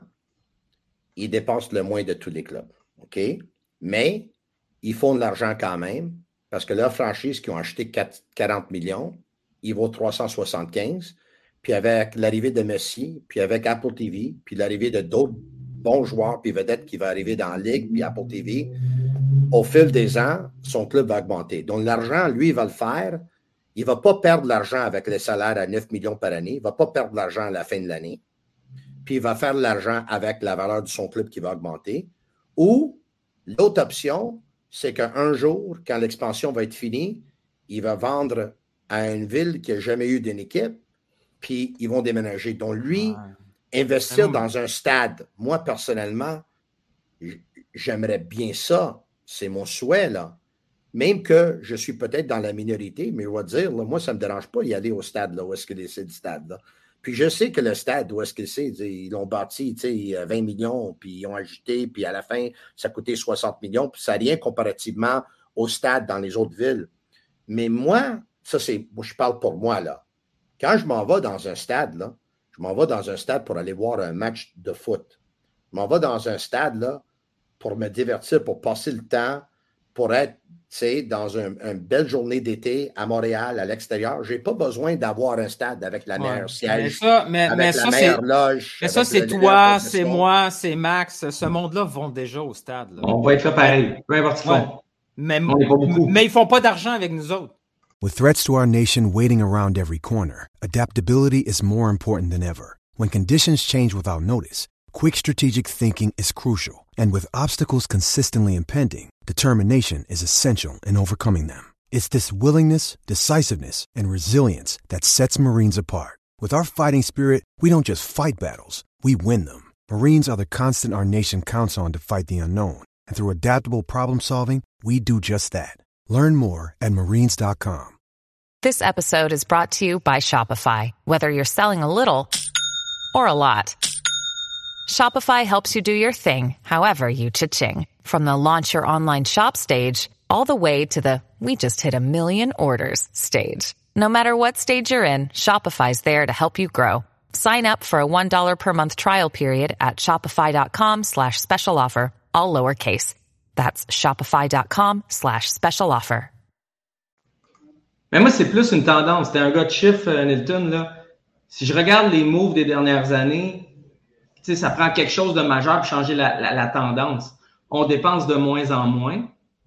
[SPEAKER 8] ils dépensent le moins de tous les clubs. OK? Mais ils font de l'argent quand même parce que leurs franchises qui ont acheté quarante millions, ils vaut trois cent soixante-quinze. Puis avec l'arrivée de Messi, puis avec Apple T V, puis l'arrivée de d'autres bons joueurs puis vedettes qui vont arriver dans la Ligue, puis Apple T V, au fil des ans, son club va augmenter. Donc l'argent, lui, il va le faire. Il ne va pas perdre de l'argent avec les salaires à neuf millions par année. Il ne va pas perdre de l'argent à la fin de l'année. Puis il va faire de l'argent avec la valeur de son club qui va augmenter. Ou l'autre option, c'est qu'un jour, quand l'expansion va être finie, il va vendre à une ville qui n'a jamais eu d'une équipe, puis ils vont déménager. Donc lui, ouais. investir mmh. dans un stade, moi personnellement, j'aimerais bien ça. C'est mon souhait, là. Même que je suis peut-être dans la minorité, mais je vais dire, là, moi, ça ne me dérange pas d'y aller au stade, là, où est-ce que c'est du stade. Là. Puis je sais que le stade, où est-ce que c'est, ils l'ont bâti, vingt millions, puis ils ont ajouté, puis à la fin, ça a coûté soixante millions, puis ça n'a rien comparativement au stade dans les autres villes. Mais moi, ça c'est, moi, je parle pour moi, là. Quand je m'en vais dans un stade, là, je m'en vais dans un stade pour aller voir un match de foot. Je m'en vais dans un stade, là, pour me divertir, pour passer le temps, pour être, tu sais, dans un, une belle journée d'été à Montréal, à l'extérieur. Je n'ai pas besoin d'avoir un stade avec la meilleure ouais. siège,
[SPEAKER 11] mais ça, mais,
[SPEAKER 8] avec
[SPEAKER 11] mais
[SPEAKER 8] la
[SPEAKER 11] ça,
[SPEAKER 8] meilleure loge.
[SPEAKER 11] Mais ça, c'est toi, c'est moi, c'est Max. Ce monde-là vont déjà au stade. Là.
[SPEAKER 12] On va être là pareil, peu importe ce qu'ils font.
[SPEAKER 11] Mais, mais ils ne font pas d'argent avec nous autres.
[SPEAKER 19] With threats to our nation waiting around every corner, adaptability is more important than ever. When conditions change without notice, quick strategic thinking is crucial. And with obstacles consistently impending, determination is essential in overcoming them. It's this willingness, decisiveness, and resilience that sets Marines apart. With our fighting spirit, we don't just fight battles, we win them. Marines are the constant our nation counts on to fight the unknown. And through adaptable problem solving, we do just that. Learn more at marines dot com.
[SPEAKER 20] This episode is brought to you by Shopify. Whether you're selling a little or a lot, Shopify helps you do your thing, however you cha-ching. From the launch your online shop stage, all the way to the we just hit a million orders stage. No matter what stage you're in, Shopify's there to help you grow. Sign up for a one dollar per month trial period at shopify.com slash special offer, all lowercase. That's shopify.com slash special offer.
[SPEAKER 12] Mais moi, c'est plus une tendance. T'es un gars de chiffres, Nilton, là. Si je regarde les moves des dernières années, tu sais, ça prend quelque chose de majeur pour changer la, la, la tendance. On dépense de moins en moins.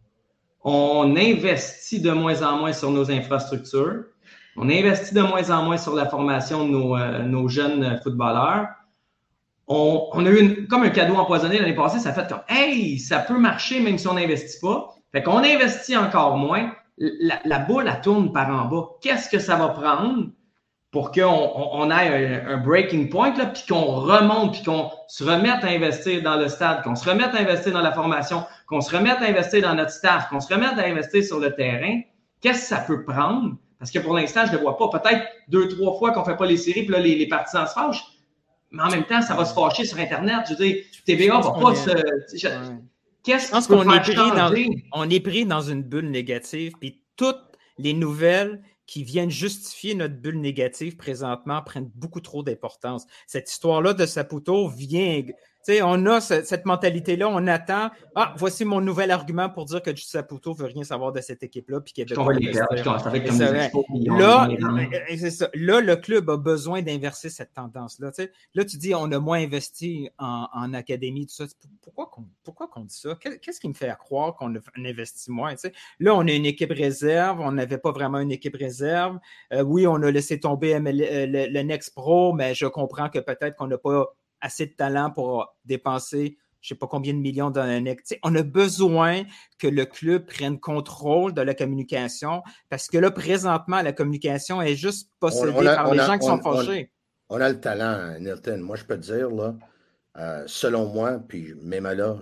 [SPEAKER 12] On investit de moins en moins sur nos infrastructures. On investit de moins en moins sur la formation de nos, euh, nos jeunes footballeurs. On, on a eu une, comme un cadeau empoisonné l'année passée. Ça fait comme « Hey, ça peut marcher même si on n'investit pas. » Fait qu'on investit encore moins. La, la boule, elle tourne par en bas. Qu'est-ce que ça va prendre pour qu'on on, on ait un, un breaking point, là, puis qu'on remonte, puis qu'on se remette à investir dans le stade, qu'on se remette à investir dans la formation, qu'on se remette à investir dans notre staff, qu'on se remette à investir sur le terrain? Qu'est-ce que ça peut prendre? Parce que pour l'instant, je ne le vois pas. Peut-être deux, trois fois qu'on ne fait pas les séries, puis là, les, les partisans se fâchent. Mais en même temps, ça va se fâcher sur Internet. Je veux dire, T V A ne va pas se... Je, qu'est-ce
[SPEAKER 11] je pense qu'on est, pris dans, on est pris dans une bulle négative, puis toutes les nouvelles qui viennent justifier notre bulle négative présentement prennent beaucoup trop d'importance. Cette histoire-là de Saputo vient, sais, on a ce, cette mentalité-là, on attend. Ah, voici mon nouvel argument pour dire que Justin Saputo ne veut rien savoir de cette équipe-là. Puis qu'il veut
[SPEAKER 12] les faire, avec comme
[SPEAKER 11] des là, c'est ça. Là, le club a besoin d'inverser cette tendance-là. Tu sais. Là, tu dis on a moins investi en, en académie, tout ça. Pourquoi qu'on, pourquoi qu'on dit ça? Qu'est-ce qui me fait croire qu'on a investi moins? Tu sais? Là, on a une équipe réserve, on n'avait pas vraiment une équipe réserve. Euh, oui, on a laissé tomber M L, euh, le, le Next Pro, mais je comprends que peut-être qu'on n'a pas assez de talent pour dépenser je ne sais pas combien de millions dans un Next. Tu sais, on a besoin que le club prenne contrôle de la communication parce que là, présentement, la communication est juste possédée on, on a, par les a, gens qui on, sont fâchés.
[SPEAKER 8] On, on a le talent, Nilton. Moi, je peux te dire, là, euh, selon moi, puis même là,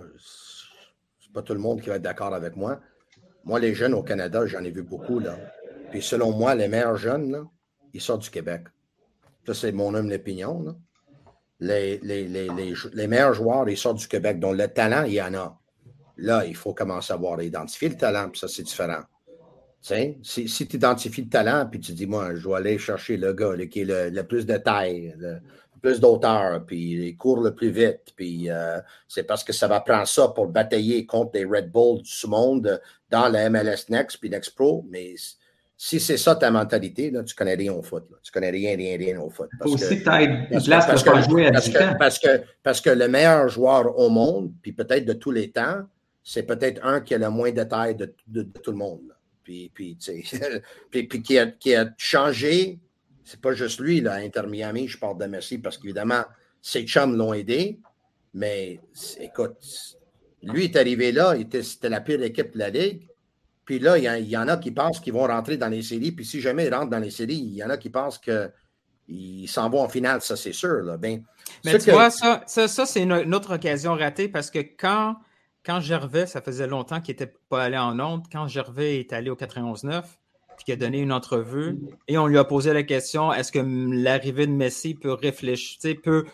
[SPEAKER 8] c'est pas tout le monde qui va être d'accord avec moi. Moi, les jeunes au Canada, j'en ai vu beaucoup, là. Puis selon moi, les meilleurs jeunes, là, ils sortent du Québec. Ça, c'est mon humble opinion, là. Les, les, les, les, les meilleurs joueurs, ils sortent du Québec. Donc, le talent, il y en a. Là, il faut commencer à voir identifier le talent, puis ça, c'est différent. T'sais, si si tu identifies le talent, puis tu dis, moi, je vais aller chercher le gars là, qui est le, le plus de taille, le, le plus d'auteur, puis il court le plus vite, puis euh, c'est parce que ça va prendre ça pour batailler contre les Red Bull du monde dans la M L S Next, puis Next Pro, mais... Si c'est ça ta mentalité, là, tu connais rien au foot. Là. Tu connais rien, rien, rien au foot.
[SPEAKER 12] Il faut aussi que tu aies une place pour faire jouer à dix ans.
[SPEAKER 8] Parce que, parce que le meilleur joueur au monde, puis peut-être de tous les temps, c'est peut-être un qui a le moins de taille de, de, de tout le monde. Là. Puis, puis, tu sais, puis, puis qui, a, qui a changé, c'est pas juste lui, là, à Inter Miami, je parle de Messi, parce qu'évidemment, ses chums l'ont aidé, mais écoute, lui est arrivé là, il était, c'était la pire équipe de la Ligue. Puis là, il y, y en a qui pensent qu'ils vont rentrer dans les séries. Puis si jamais ils rentrent dans les séries, il y en a qui pensent qu'ils s'en vont en finale. Ça, c'est sûr. Là. Ben,
[SPEAKER 11] Mais tu que... vois, ça, ça, ça c'est une, une autre occasion ratée parce que quand, quand Gervais, ça faisait longtemps qu'il n'était pas allé en ondes, quand Gervais est allé au quatre-vingt-onze neuf, puis qu'il a donné une entrevue, et on lui a posé la question, est-ce que l'arrivée de Messi peut réfléchir, peut...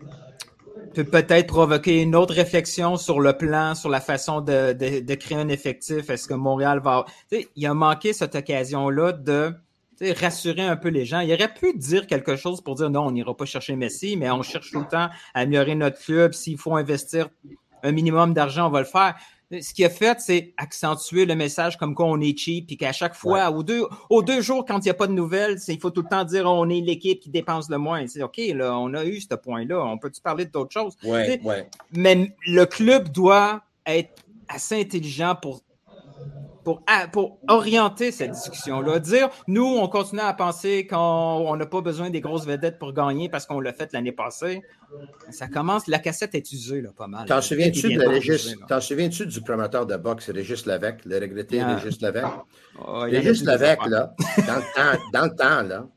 [SPEAKER 11] peut peut-être provoquer une autre réflexion sur le plan, sur la façon de, de, de créer un effectif. Est-ce que Montréal va... T'sais, il a manqué cette occasion-là de rassurer un peu les gens. Il aurait pu dire quelque chose pour dire non, on n'ira pas chercher Messi, mais on cherche tout le temps à améliorer notre club. S'il faut investir un minimum d'argent, on va le faire. Ce qu'il a fait, c'est accentuer le message comme quoi on est cheap, puis qu'à chaque fois, ouais. aux, deux, aux deux jours, quand il n'y a pas de nouvelles, c'est, il faut tout le temps dire on est l'équipe qui dépense le moins. C'est OK, là, on a eu ce point-là. On peut-tu parler d'autres choses?
[SPEAKER 8] Ouais, ouais.
[SPEAKER 11] Mais le club doit être assez intelligent pour, pour, pour orienter cette discussion-là. Dire, nous, on continue à penser qu'on n'a pas besoin des grosses vedettes pour gagner parce qu'on l'a fait l'année passée. Ça commence, la cassette est usée là, pas mal.
[SPEAKER 8] T'en souviens-tu, de Régis, t'en souviens-tu du promoteur de boxe, Régis Lévesque, le regretté ah. Régis Lévesque? Oh, Régis Lévesque, là, dans le temps, dans le temps là,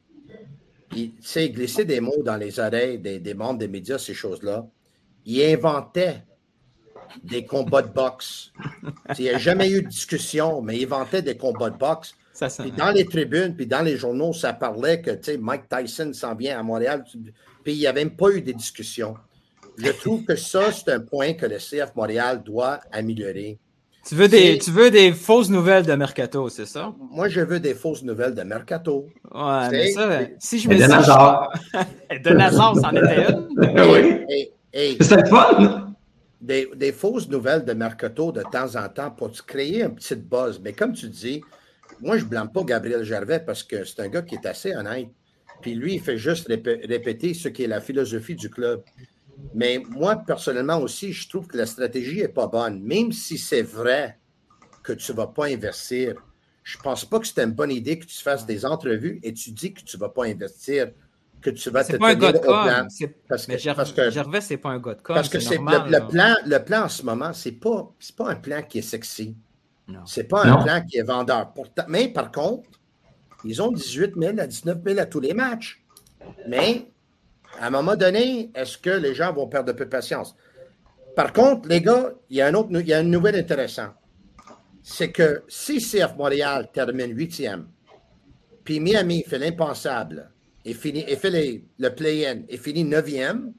[SPEAKER 8] il s'est glissé des mots dans les oreilles des, des membres des médias, ces choses-là. Il inventait des combats de boxe. Il n'y a jamais eu de discussion, mais il inventait des combats de boxe. Ça, ça, puis dans les tribunes, puis dans les journaux, ça parlait que Mike Tyson s'en vient à Montréal. Puis il n'y a même pas eu de discussion. Je trouve que ça, c'est un point que le C F Montréal doit améliorer.
[SPEAKER 11] Tu veux des, tu veux des fausses nouvelles de Mercato, c'est ça?
[SPEAKER 8] Moi, je veux des fausses nouvelles de Mercato.
[SPEAKER 11] Ouais, c'est, mais ça, si je me dis... De Nazar. De Nazar, c'en était une.
[SPEAKER 12] Oui.
[SPEAKER 8] Et, et,
[SPEAKER 12] c'est le fun!
[SPEAKER 8] Des, des fausses nouvelles de Mercato de temps en temps pour créer un petit buzz. Mais comme tu dis, moi, je ne blâme pas Gabriel Gervais parce que c'est un gars qui est assez honnête. Puis lui, il fait juste répé- répéter ce qui est la philosophie du club. Mais moi, personnellement aussi, je trouve que la stratégie n'est pas bonne. Même si c'est vrai que tu ne vas pas investir, je ne pense pas que c'est une bonne idée que tu fasses des entrevues et tu dis que tu ne vas pas investir, que tu vas
[SPEAKER 11] c'est
[SPEAKER 8] te
[SPEAKER 11] pas
[SPEAKER 8] tenir
[SPEAKER 11] un gars de
[SPEAKER 8] au plan.
[SPEAKER 11] Com. C'est...
[SPEAKER 8] Parce que,
[SPEAKER 11] mais Ger...
[SPEAKER 8] parce que,
[SPEAKER 11] Gervais, c'est pas un gars de com.
[SPEAKER 8] Parce que c'est, c'est normal, le, le, plan, le plan en ce moment, c'est pas, c'est pas un plan qui est sexy.
[SPEAKER 11] Non.
[SPEAKER 8] C'est pas non. un plan qui est vendeur. Pourtant, mais par contre, ils ont dix-huit mille à dix-neuf mille à tous les matchs. Mais, à un moment donné, est-ce que les gens vont perdre un peu de patience? Par contre, les gars, il y a, un autre, il y a une nouvelle intéressante. C'est que si C F Montréal termine huitième, puis Miami fait l'impensable et, finit, et fait les, le play-in et finit neuvième,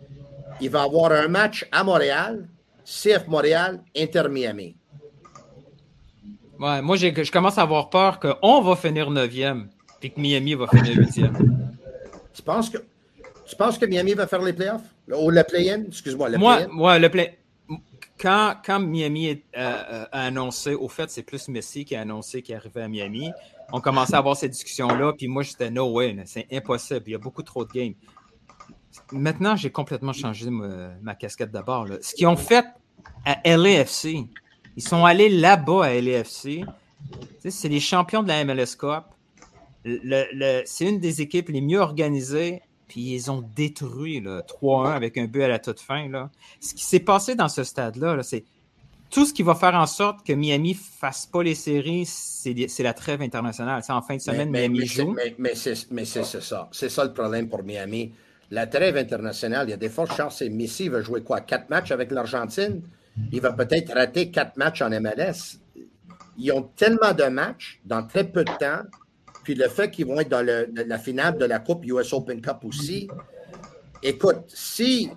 [SPEAKER 8] il va avoir un match à Montréal, C F Montréal, Inter Miami.
[SPEAKER 11] Ouais, moi, j'ai, je commence à avoir peur qu'on va finir neuvième et que Miami va finir huitième.
[SPEAKER 8] Tu penses que Tu penses que Miami va faire les playoffs? Ou le play-in? Excuse-moi, le
[SPEAKER 11] Moi,
[SPEAKER 8] play-in?
[SPEAKER 11] moi, le play quand, quand Miami est, euh, a annoncé, au fait, c'est plus Messi qui a annoncé qu'il arrivait à Miami. On commençait à avoir cette discussion-là, puis moi, j'étais no way, c'est impossible. Il y a beaucoup trop de games. Maintenant, j'ai complètement changé ma, ma casquette d'abord. Là. Ce qu'ils ont fait à L A F C, ils sont allés là-bas à L A F C. Tu sais, c'est les champions de la M L S Cup. Le, le, c'est une des équipes les mieux organisées, puis ils ont détruit là, trois un avec un but à la toute fin. Là. Ce qui s'est passé dans ce stade-là, là, c'est tout ce qui va faire en sorte que Miami ne fasse pas les séries, c'est, c'est la trêve internationale. C'est en fin de semaine,
[SPEAKER 8] mais,
[SPEAKER 11] Miami
[SPEAKER 8] mais,
[SPEAKER 11] joue.
[SPEAKER 8] Mais, mais, c'est, mais c'est, c'est ça. C'est ça le problème pour Miami. La trêve internationale, il y a des fortes chances. Messi va jouer quoi? Quatre matchs avec l'Argentine? Il va peut-être rater quatre matchs en M L S. Ils ont tellement de matchs dans très peu de temps. Puis le fait qu'ils vont être dans le, la finale de la Coupe U S Open Cup aussi. Écoute, si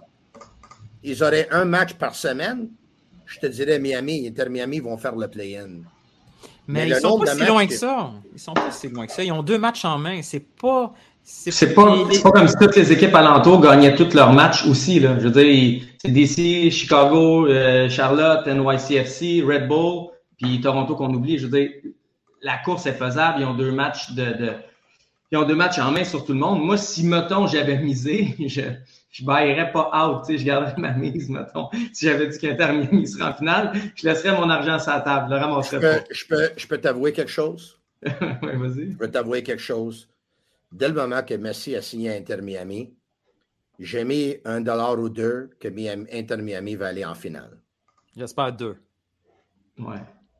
[SPEAKER 8] ils auraient un match par semaine, je te dirais Miami, Inter Miami vont faire le play-in.
[SPEAKER 11] Mais, Mais ils sont pas si loin que ça. Ils sont pas si loin que ça. Ils ont deux matchs en main. C'est pas...
[SPEAKER 12] C'est, c'est, pas, les... c'est pas comme si toutes les équipes alentours gagnaient tous leurs matchs aussi. Là. Je veux dire, c'est D C, Chicago, euh, Charlotte, N Y C F C, Red Bull, puis Toronto qu'on oublie. Je veux dire, la course est faisable. Ils ont deux matchs de, de ils ont deux matchs en main sur tout le monde. Moi, si, mettons, j'avais misé, je je baillerais pas out. Tu sais, je garderais ma mise, mettons. Si j'avais dit qu'Inter Miami serait en finale, je laisserais mon argent sur la table. Je le ramasserais
[SPEAKER 8] je peux,
[SPEAKER 12] pas.
[SPEAKER 8] Je peux, je peux t'avouer quelque chose?
[SPEAKER 12] Oui, vas-y.
[SPEAKER 8] Je peux t'avouer quelque chose. Dès le moment que Messi a signé à Inter Miami, j'ai mis un dollar ou deux que Inter Miami va aller en finale.
[SPEAKER 11] J'espère deux.
[SPEAKER 12] Ouais.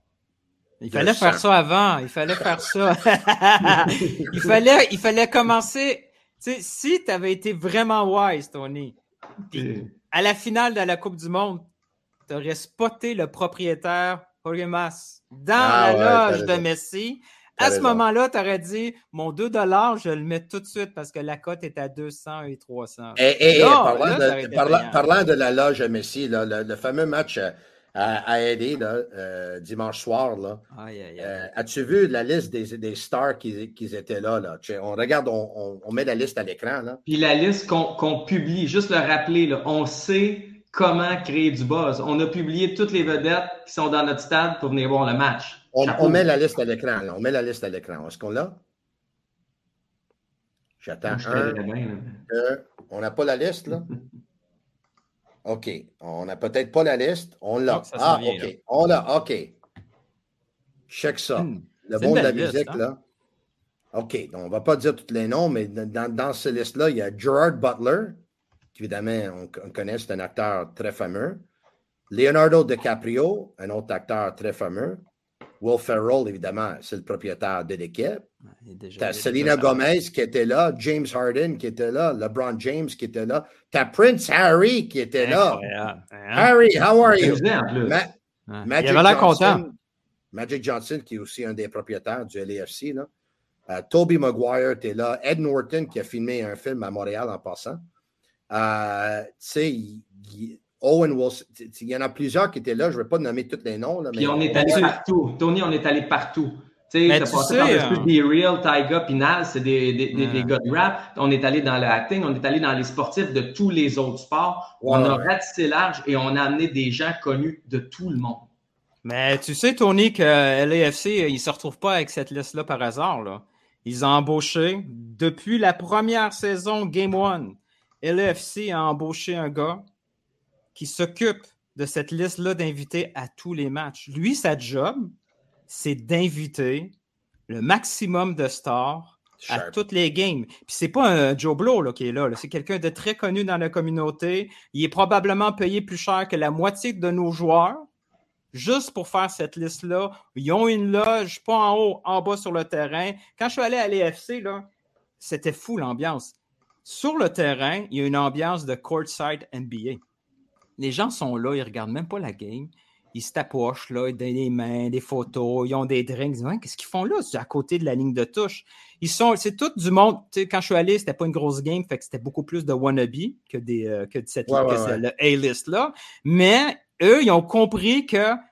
[SPEAKER 11] Il fallait faire ça avant. Il fallait faire ça. il, fallait, il fallait commencer. Tu sais, si tu avais été vraiment wise, Tony, pis à la finale de la Coupe du Monde, tu aurais spoté le propriétaire Jorge Mas dans ah, la ouais, loge de Messi. À ce moment-là, tu aurais dit, mon deux dollars, je le mets tout de suite parce que la cote est à deux cents et trois cents.
[SPEAKER 8] Et, et, là, et parlant, là, de, parlant, parlant de la loge à Messi, là, le, le fameux match à, à L A là, euh, dimanche soir, là, aïe, aïe, aïe. Euh, as-tu vu la liste des, des stars qui, qui étaient là? là? On regarde, on, on, on met la liste à l'écran. Là.
[SPEAKER 12] Puis la liste qu'on, qu'on publie, juste le rappeler, là, on sait comment créer du buzz. On a publié toutes les vedettes qui sont dans notre stade pour venir voir le match.
[SPEAKER 8] On, on met la liste à l'écran. Là. On met la liste à l'écran. Est-ce qu'on l'a? J'attends. Un, deux. On n'a pas la liste, là? OK. On n'a peut-être pas la liste. On l'a. Ah, vient, OK. Là. On l'a. OK. Check ça. Hmm. Le monde de la liste, musique, hein? Là. OK. Donc, on ne va pas dire tous les noms, mais dans, dans ces listes-là, il y a Gerard Butler, qui évidemment, on, on connaît, c'est un acteur très fameux. Leonardo DiCaprio, un autre acteur très fameux. Will Ferrell, évidemment, c'est le propriétaire de l'équipe. T'as Selena Gomez qui était là, James Harden qui était là, LeBron James qui était là. T'as Prince Harry qui était là. Incroyable. Harry, how are you? Ma- Magic,
[SPEAKER 11] Il avait l'air content.
[SPEAKER 8] Magic Johnson, qui est aussi un des propriétaires du L A F C. Là. Uh, Tobey Maguire était là. Ed Norton, qui a filmé un film à Montréal en passant. Uh, tu sais, il, il Owen Wilson, il y en a plusieurs qui étaient là, je ne vais pas nommer tous les noms. Là,
[SPEAKER 12] mais puis on est allé partout. Tony, on est allé partout.
[SPEAKER 11] Tu sais,
[SPEAKER 12] t'as passé par des Real, Tyga, puis Nas, c'est des, des, des, des gars de rap. On est allé dans le acting, on est allé dans les sportifs de tous les autres sports. Ouais. On a ratissé large et on a amené des gens connus de tout le monde.
[SPEAKER 11] Mais tu sais, Tony, que L A F C, ils ne se retrouvent pas avec cette liste-là par hasard. Là. Ils ont embauché, depuis la première saison Game One, L A F C a embauché un gars qui s'occupe de cette liste-là d'invités à tous les matchs. Lui, sa job, c'est d'inviter le maximum de stars Sharp. à toutes les games. Puis c'est pas un Joe Blow là, qui est là, là. C'est quelqu'un de très connu dans la communauté. Il est probablement payé plus cher que la moitié de nos joueurs juste pour faire cette liste-là. Ils ont une loge, pas en haut, en bas sur le terrain. Quand je suis allé à l'A F C, là, c'était fou l'ambiance. Sur le terrain, il y a une ambiance de courtside N B A. Les gens sont là, ils ne regardent même pas la game. Ils se tapochent, là, ils donnent des mains, des photos, ils ont des drinks. Ils disent, qu'est-ce qu'ils font là? C'est à côté de la ligne de touche. Ils sont, c'est tout du monde. Tu sais, quand je suis allé, c'était pas une grosse game, fait que c'était beaucoup plus de wannabe que, des, euh, que de cette
[SPEAKER 8] ouais,
[SPEAKER 11] que
[SPEAKER 8] ouais, ouais.
[SPEAKER 11] le A-list là. Mais eux, ils ont compris qu'ils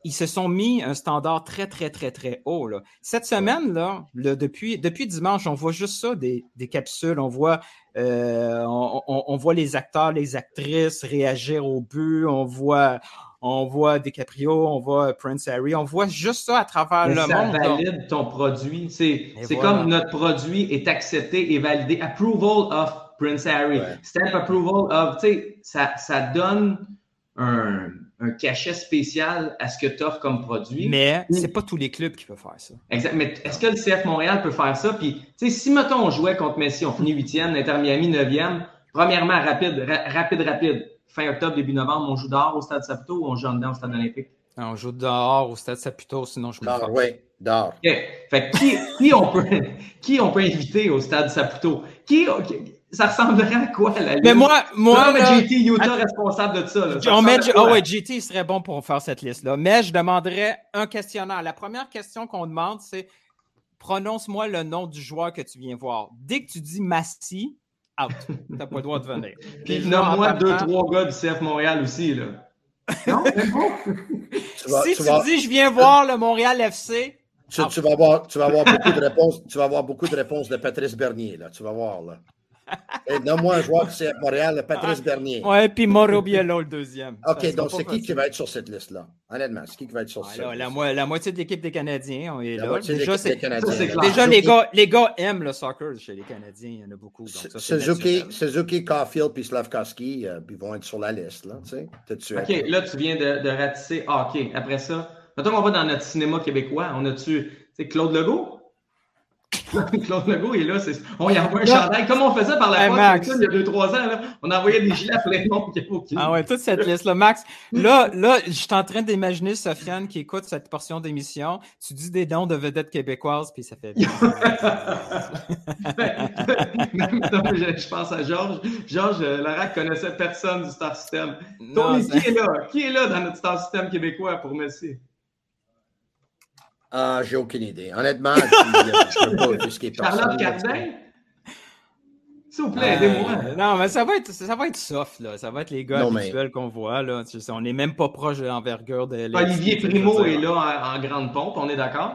[SPEAKER 11] ils se sont mis un standard très, très, très, très haut. Là. Cette semaine, là, le, depuis, depuis dimanche, on voit juste ça, des, des capsules. On voit, euh, on, on, on voit les acteurs, les actrices réagir au but. On voit, on voit DiCaprio, on voit Prince Harry. On voit juste ça à travers
[SPEAKER 12] Mais
[SPEAKER 11] le
[SPEAKER 12] ça
[SPEAKER 11] monde.
[SPEAKER 12] Ça valide là. Ton produit. C'est, c'est
[SPEAKER 11] voilà.
[SPEAKER 12] comme notre produit est accepté et validé. Approval of Prince Harry. Ouais. Stamp approval of, tu sais, ça, ça donne un... un cachet spécial à ce que tu offres comme produit.
[SPEAKER 11] Mais c'est pas tous les clubs qui peuvent faire ça.
[SPEAKER 12] Exact. Mais est-ce que le C F Montréal peut faire ça? Puis, tu sais, si, mettons, on jouait contre Messi, on finit huitième, l'Inter Miami neuvième, premièrement, rapide, ra- rapide, rapide. Fin octobre, début novembre, on joue dehors au Stade Saputo ou on joue en dedans au Stade olympique?
[SPEAKER 11] On joue dehors au Stade Saputo, sinon je me
[SPEAKER 8] fâche. Oui, dehors.
[SPEAKER 12] Okay. Fait que qui, qui, on peut, qui on peut inviter au Stade Saputo? Qui... Ça ressemblerait à quoi, la liste?
[SPEAKER 11] Mais moi, moi.
[SPEAKER 12] On met J T Utah att... responsable de ça. Là. ça
[SPEAKER 11] on met, oh ouais, J T serait bon pour faire cette liste-là. Mais je demanderais un questionnaire. La première question qu'on demande, c'est prononce-moi le nom du joueur que tu viens voir. Dès que tu dis Massy, out. T'as pas le droit de venir.
[SPEAKER 12] Puis nomme-moi deux, trois gars du C F Montréal aussi, là. Non, c'est bon.
[SPEAKER 11] tu vas, si tu, tu vas... dis je viens voir le Montréal F C.
[SPEAKER 8] Tu, tu vas avoir, tu vas avoir beaucoup de réponses. Tu vas avoir beaucoup de réponses de Patrice Bernier, là. Tu vas voir, là. Et nomme-moi un joueur du C F Montréal, Patrice Bernier.
[SPEAKER 11] Ouais, puis Mauro Biello, le deuxième.
[SPEAKER 8] OK, donc c'est qui qui va être sur cette liste-là? Honnêtement, c'est qui qui va être sur
[SPEAKER 11] ah,
[SPEAKER 8] cette
[SPEAKER 11] là,
[SPEAKER 8] liste?
[SPEAKER 11] La, mo- la moitié de l'équipe des Canadiens, on est
[SPEAKER 8] la
[SPEAKER 11] là.
[SPEAKER 8] Moitié déjà,
[SPEAKER 11] c'est,
[SPEAKER 8] des Canadiens,
[SPEAKER 11] c'est,
[SPEAKER 8] c'est
[SPEAKER 11] déjà les, gars, les gars aiment le soccer chez les Canadiens. Il y en a beaucoup. Donc ça,
[SPEAKER 8] Suzuki, Suzuki, Caulfield puis Slavkovski, euh, ils vont être sur la liste, là, tu sais, tout de suite.
[SPEAKER 12] OK, là, tu viens de, de ratisser hockey. Après ça, mettons qu'on va dans notre cinéma québécois, on a-tu, tu sais, Claude Legault? Claude Legault est là, c'est... on y envoie un chandail comme on faisait par la
[SPEAKER 11] hey,
[SPEAKER 12] poste il y a deux trois ans. Là. On envoyait des gilets à plein de monde qui avait aucune.
[SPEAKER 11] Ah ouais, toute cette liste-là. Max, là, là, je suis en train d'imaginer Sofiane qui écoute cette portion d'émission. Tu dis des noms de vedettes québécoises, puis ça fait bien.
[SPEAKER 12] je, je pense à Georges. Georges Larac connaissait personne du Star System. Tony, qui est là? Qui est là dans notre Star System québécois pour Messi?
[SPEAKER 8] Ah, j'ai aucune idée. Honnêtement, je ne sais pas ce qui est passé.
[SPEAKER 12] Charlotte Cardin? S'il vous plaît, euh, aidez-moi.
[SPEAKER 11] Non, mais ça va être, ça va être soft, là. Ça va être les gars non, habituels mais... qu'on voit, là. Tu sais, on n'est même pas proche de l'envergure de l'A F C.
[SPEAKER 12] Olivier Primo est là en, en grande pompe, on est d'accord?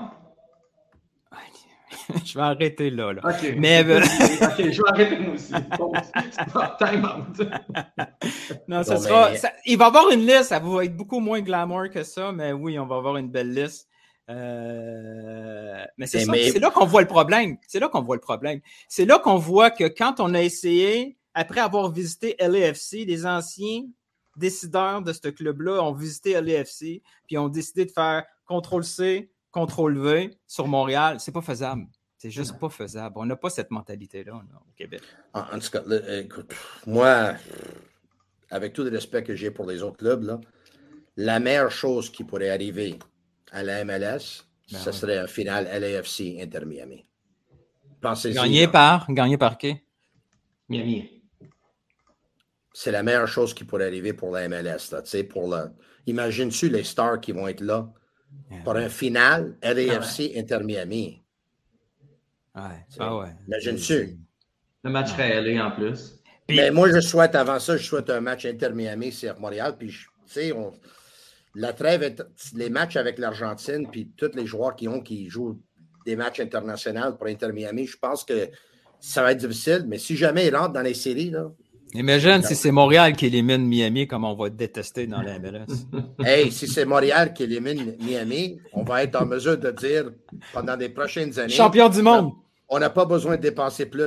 [SPEAKER 11] Je vais arrêter là, là.
[SPEAKER 12] OK.
[SPEAKER 11] Mais...
[SPEAKER 12] OK, je vais arrêter nous aussi. Time out.
[SPEAKER 11] Non, ça non, sera... Mais... Ça... Il va y avoir une liste, ça va être beaucoup moins glamour que ça, mais oui, on va avoir une belle liste. Euh... Mais c'est, ça, mais... c'est là qu'on voit le problème. C'est là qu'on voit le problème. C'est là qu'on voit que quand on a essayé, après avoir visité L A F C, les anciens décideurs de ce club-là ont visité L A F C, puis ont décidé de faire contrôle C, contrôle V sur Montréal. C'est pas faisable. C'est juste pas faisable. On n'a pas cette mentalité-là là, au Québec.
[SPEAKER 8] En, en tout cas, là, écoute, moi, avec tout le respect que j'ai pour les autres clubs, là, la meilleure chose qui pourrait arriver à la M L S, ben ce oui. serait un final L A F C Inter Miami. Pensez-y.
[SPEAKER 11] Gagné par, gagné par qui?
[SPEAKER 12] Miami.
[SPEAKER 8] C'est la meilleure chose qui pourrait arriver pour la M L S. Là, pour la... Imagine-tu les stars qui vont être là yeah. pour un final L A F C ah ouais. Inter Miami.
[SPEAKER 11] Ouais. Ah ouais.
[SPEAKER 8] Imagine-tu.
[SPEAKER 12] Le match serait L A en plus.
[SPEAKER 8] Puis... Mais moi, je souhaite, avant ça, je souhaite un match Inter Miami C F Montréal. Puis, tu sais, on... la trêve, est... les matchs avec l'Argentine, puis tous les joueurs qui ont, qui jouent des matchs internationaux pour Inter Miami, je pense que ça va être difficile. Mais si jamais ils rentrent dans les séries, là.
[SPEAKER 11] Imagine si c'est Montréal qui élimine Miami, comme on va être détesté dans la M L S.
[SPEAKER 8] Hey, si c'est Montréal qui élimine Miami, on va être en mesure de dire pendant les prochaines années.
[SPEAKER 11] Champion du monde!
[SPEAKER 8] On n'a pas besoin de dépenser plus.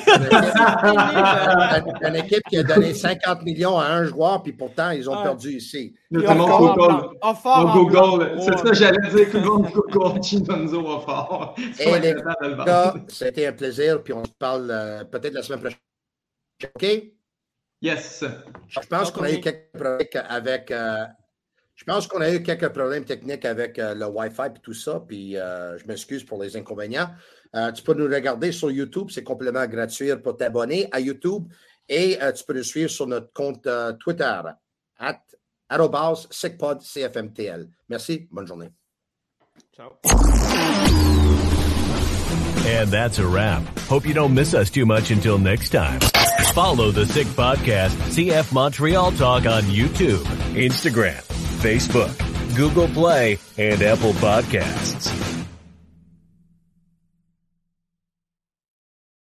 [SPEAKER 8] Une équipe qui a donné cinquante millions à un joueur, puis pourtant, ils ont ah. perdu ici.
[SPEAKER 12] Tout le monde Google. Google. C'est ça que j'allais dire. Tout le monde Google Chinonzo au fort.
[SPEAKER 8] Et les gars, c'était un plaisir, puis on se parle euh, peut-être la semaine prochaine. OK?
[SPEAKER 12] Yes.
[SPEAKER 8] Je pense qu'on a eu quelques problèmes avec... Euh, je pense qu'on a eu quelques problèmes techniques avec euh, le Wi-Fi et tout ça, puis euh, je m'excuse pour les inconvénients. Euh, tu peux nous regarder sur YouTube, c'est complètement gratuit pour t'abonner à YouTube et euh, tu peux nous suivre sur notre compte euh, Twitter, at arobase sicpod C F M T L. Merci, bonne journée.
[SPEAKER 11] Ciao.
[SPEAKER 9] And that's a wrap. Hope you don't miss us too much until next time. Follow the Sick Podcast C F Montreal Talk on YouTube, Instagram, Facebook, Google Play, and Apple Podcasts.